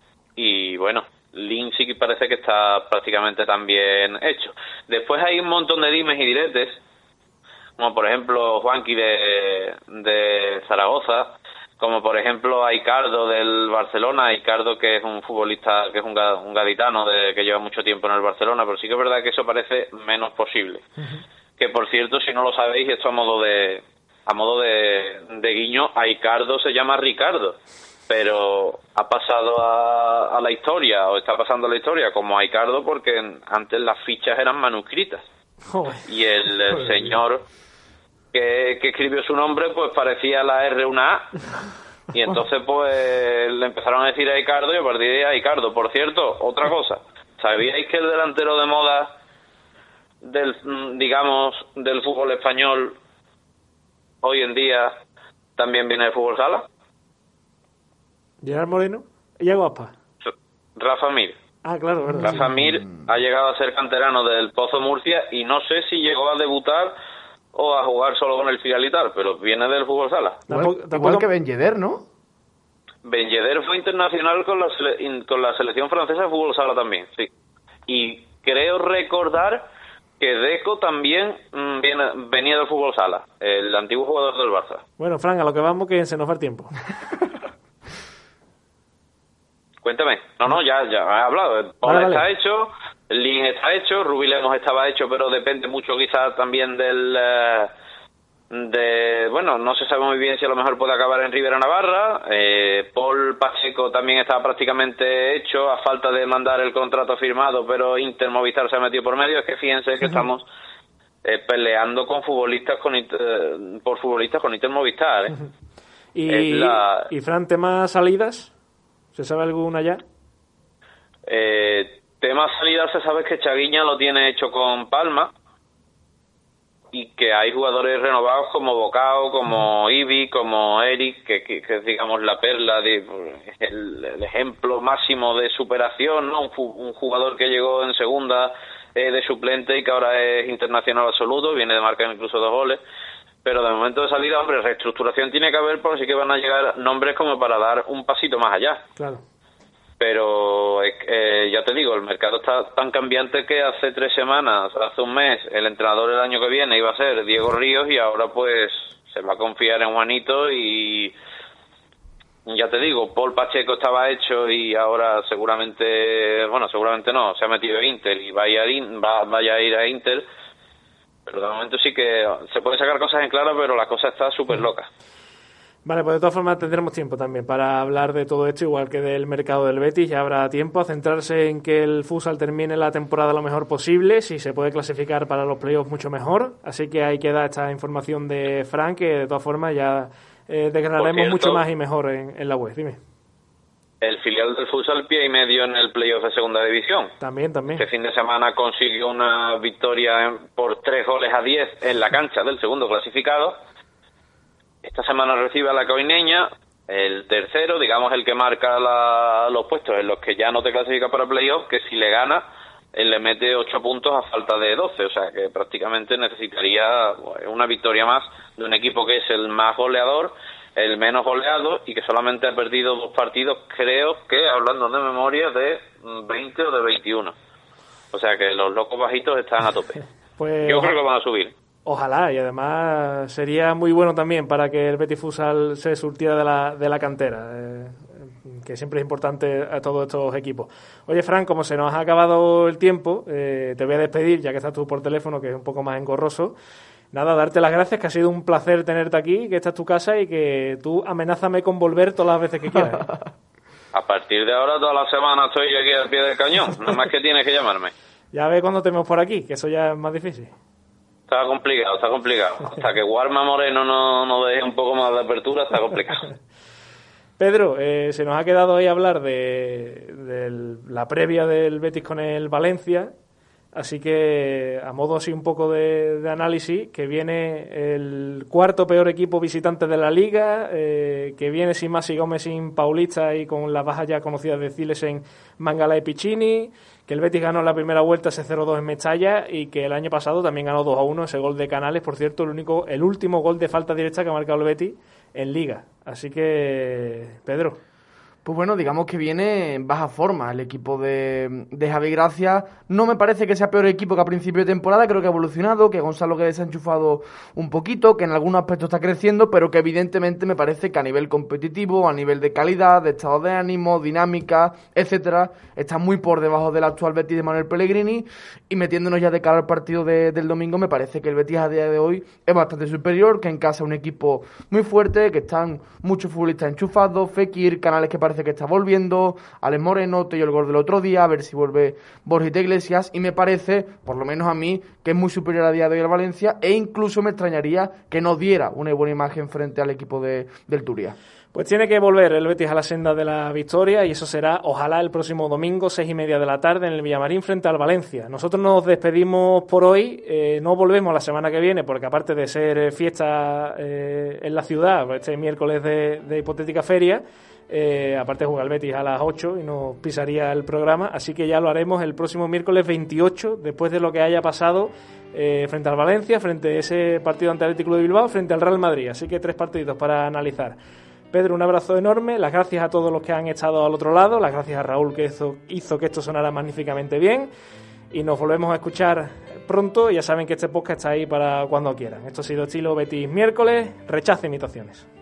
Speaker 3: y bueno, Lin sí que parece que está prácticamente también hecho. Después hay un montón de dimes y diretes, como por ejemplo Juanqui de, de Zaragoza, como por ejemplo Aicardo del Barcelona, Aicardo que es un futbolista, que es un, un gaditano de, que lleva mucho tiempo en el Barcelona, pero sí que es verdad que eso parece menos posible. Uh-huh. Que por cierto, si no lo sabéis, esto a modo de, a modo de, de guiño, Aicardo se llama Ricardo, pero ha pasado a, a la historia, o está pasando a la historia como Aicardo, porque antes las fichas eran manuscritas. Joder. Y el, el señor que, que escribió su nombre, pues parecía la R una A. Y entonces, pues, le empezaron a decir a Aicardo, y a partir de ahí, Aicardo. Por cierto, otra cosa, ¿sabíais que el delantero de moda del, digamos, del fútbol español hoy en día también viene del fútbol sala?
Speaker 1: Gerard Moreno y Aguaspa.
Speaker 3: Rafa Mir.
Speaker 1: Ah, claro, verdad.
Speaker 3: Rafa Mir ha llegado a ser canterano del Pozo Murcia y no sé si llegó a debutar o a jugar solo con el filial y tal, pero viene del fútbol sala.
Speaker 2: Igual, tampoco, tampoco... igual que Ben Yedder, ¿no?
Speaker 3: Ben Yedder fue internacional con la, sele... con la selección francesa de fútbol sala también, sí. Y creo recordar que Deco también mmm, viene, venía del fútbol sala, el antiguo jugador del Barça.
Speaker 1: Bueno, Fran, a lo que vamos, que se nos va el tiempo.
Speaker 3: Cuéntame. No, no, ya, ya he hablado. Paul vale, está vale. hecho, Lin está hecho, Rubí Lemos estaba hecho, pero depende mucho quizás también del... Eh, de bueno, no se sabe muy bien si a lo mejor puede acabar en Rivera Navarra. Eh, Paul Pacheco también estaba prácticamente hecho, a falta de mandar el contrato firmado, pero Inter Movistar se ha metido por medio. Es que fíjense que uh-huh. estamos eh, peleando con futbolistas con eh, por futbolistas con Inter Movistar. ¿eh?
Speaker 1: Uh-huh. Y, la... y Fran, ¿temas salidas? ¿Se sabe alguna ya?
Speaker 3: Eh, tema salida se sabe que Chaguiña lo tiene hecho con Palma y que hay jugadores renovados como Bocao, como Ibi, como Eric, que, que, que es, digamos, la perla, de, el, el ejemplo máximo de superación, ¿no? Un, un jugador que llegó en segunda eh, de suplente y que ahora es internacional absoluto, viene de marcar incluso dos goles. Pero de momento de salida, hombre, reestructuración tiene que haber, porque sí que van a llegar nombres como para dar un pasito más allá.
Speaker 1: Claro.
Speaker 3: Pero eh, ya te digo, el mercado está tan cambiante que hace tres semanas, hace un mes, el entrenador el año que viene iba a ser Diego Ríos y ahora pues se va a confiar en Juanito y ya te digo, Paul Pacheco estaba hecho y ahora seguramente, bueno, seguramente no, se ha metido en Inter y vaya a, va, vaya a ir a Inter. Pero de momento sí que se pueden sacar cosas en claro, pero la cosa está súper loca.
Speaker 1: Vale, pues de todas formas tendremos tiempo también para hablar de todo esto, igual que del mercado del Betis. Ya habrá tiempo a centrarse en que el futsal termine la temporada lo mejor posible, si se puede clasificar para los playoffs mucho mejor. Así que ahí queda esta información de Frank, que de todas formas ya eh, desgranaremos mucho más y mejor en, en la web. Dime.
Speaker 3: El filial del futsal pie y medio en el playoff de segunda división.
Speaker 1: También, también.
Speaker 3: Este fin de semana consiguió una victoria en, por tres goles a diez en la cancha del segundo clasificado. Esta semana recibe a la Coineña, el tercero, digamos el que marca la, los puestos en los que ya no te clasifica para playoff, que si le gana, él le mete ocho puntos a falta de doce. O sea que prácticamente necesitaría una victoria más de un equipo que es el más goleador, el menos goleado y que solamente ha perdido dos partidos, creo que, hablando de memoria, de veinte o de veintiuno. O sea que los locos bajitos están a tope.
Speaker 1: Pues
Speaker 3: yo creo que van a subir.
Speaker 1: Ojalá, y además sería muy bueno también para que el Betis Futsal se surtiera de la, de la cantera, eh, que siempre es importante a todos estos equipos. Oye, Fran, como se nos ha acabado el tiempo, eh, te voy a despedir, ya que estás tú por teléfono, que es un poco más engorroso. Nada, darte las gracias, que ha sido un placer tenerte aquí, que esta es tu casa y que tú amenázame con volver todas las veces que quieras. ¿eh?
Speaker 3: A partir de ahora, toda la semana estoy aquí al pie del cañón, nada más que tienes que llamarme.
Speaker 1: Ya ve cuando te vemos por aquí, que eso ya es más difícil.
Speaker 3: Está complicado, está complicado. Hasta que Guarma Moreno no, no deje un poco más de apertura, está complicado.
Speaker 1: Pedro, eh, se nos ha quedado ahí hablar de, de la previa del Betis con el Valencia. Así que, a modo así un poco de, de análisis, que viene el cuarto peor equipo visitante de la Liga, eh, que viene sin Masi Gómez, sin Paulista y con las bajas ya conocidas de Zilesen, Mangala y Piccini, que el Betis ganó la primera vuelta ese cero dos en Mestalla y que el año pasado también ganó dos a uno ese gol de Canales, por cierto, el único, el último gol de falta directa que ha marcado el Betis en Liga. Así que, Pedro...
Speaker 2: Pues bueno, digamos que viene en baja forma el equipo de, de Javi Gracia. No me parece que sea peor equipo que a principio de temporada, creo que ha evolucionado, que Gonzalo Guedes se ha enchufado un poquito, que en algunos aspectos está creciendo, pero que evidentemente me parece que a nivel competitivo, a nivel de calidad, de estado de ánimo, dinámica, etcétera, está muy por debajo del actual Betis de Manuel Pellegrini. Y metiéndonos ya de cara al partido de, del domingo, me parece que el Betis a día de hoy es bastante superior, que en casa es un equipo muy fuerte, que están muchos futbolistas enchufados, Fekir, Canales que parece que está volviendo, Alex Moreno, Tello el gol del otro día, a ver si vuelve Borja Iglesias, y me parece, por lo menos a mí, que es muy superior a día de hoy al Valencia, e incluso me extrañaría que no diera una buena imagen frente al equipo de, del Turia.
Speaker 1: Pues tiene que volver el Betis a la senda de la victoria y eso será, ojalá, el próximo domingo, seis y media de la tarde, en el Villamarín frente al Valencia. Nosotros nos despedimos por hoy, eh, no volvemos la semana que viene porque aparte de ser fiesta eh, en la ciudad, este miércoles de, de hipotética feria, eh, aparte juega el Betis a las ocho y nos pisaría el programa, así que ya lo haremos el próximo miércoles veintiocho, después de lo que haya pasado eh, frente al Valencia, frente a ese partido ante el Athletic Club de Bilbao, frente al Real Madrid, así que tres partidos para analizar. Pedro, un abrazo enorme, las gracias a todos los que han estado al otro lado, las gracias a Raúl que hizo, hizo que esto sonara magníficamente bien y nos volvemos a escuchar pronto. Ya saben que este podcast está ahí para cuando quieran. Esto ha sido Estilo Betis miércoles, rechaza imitaciones.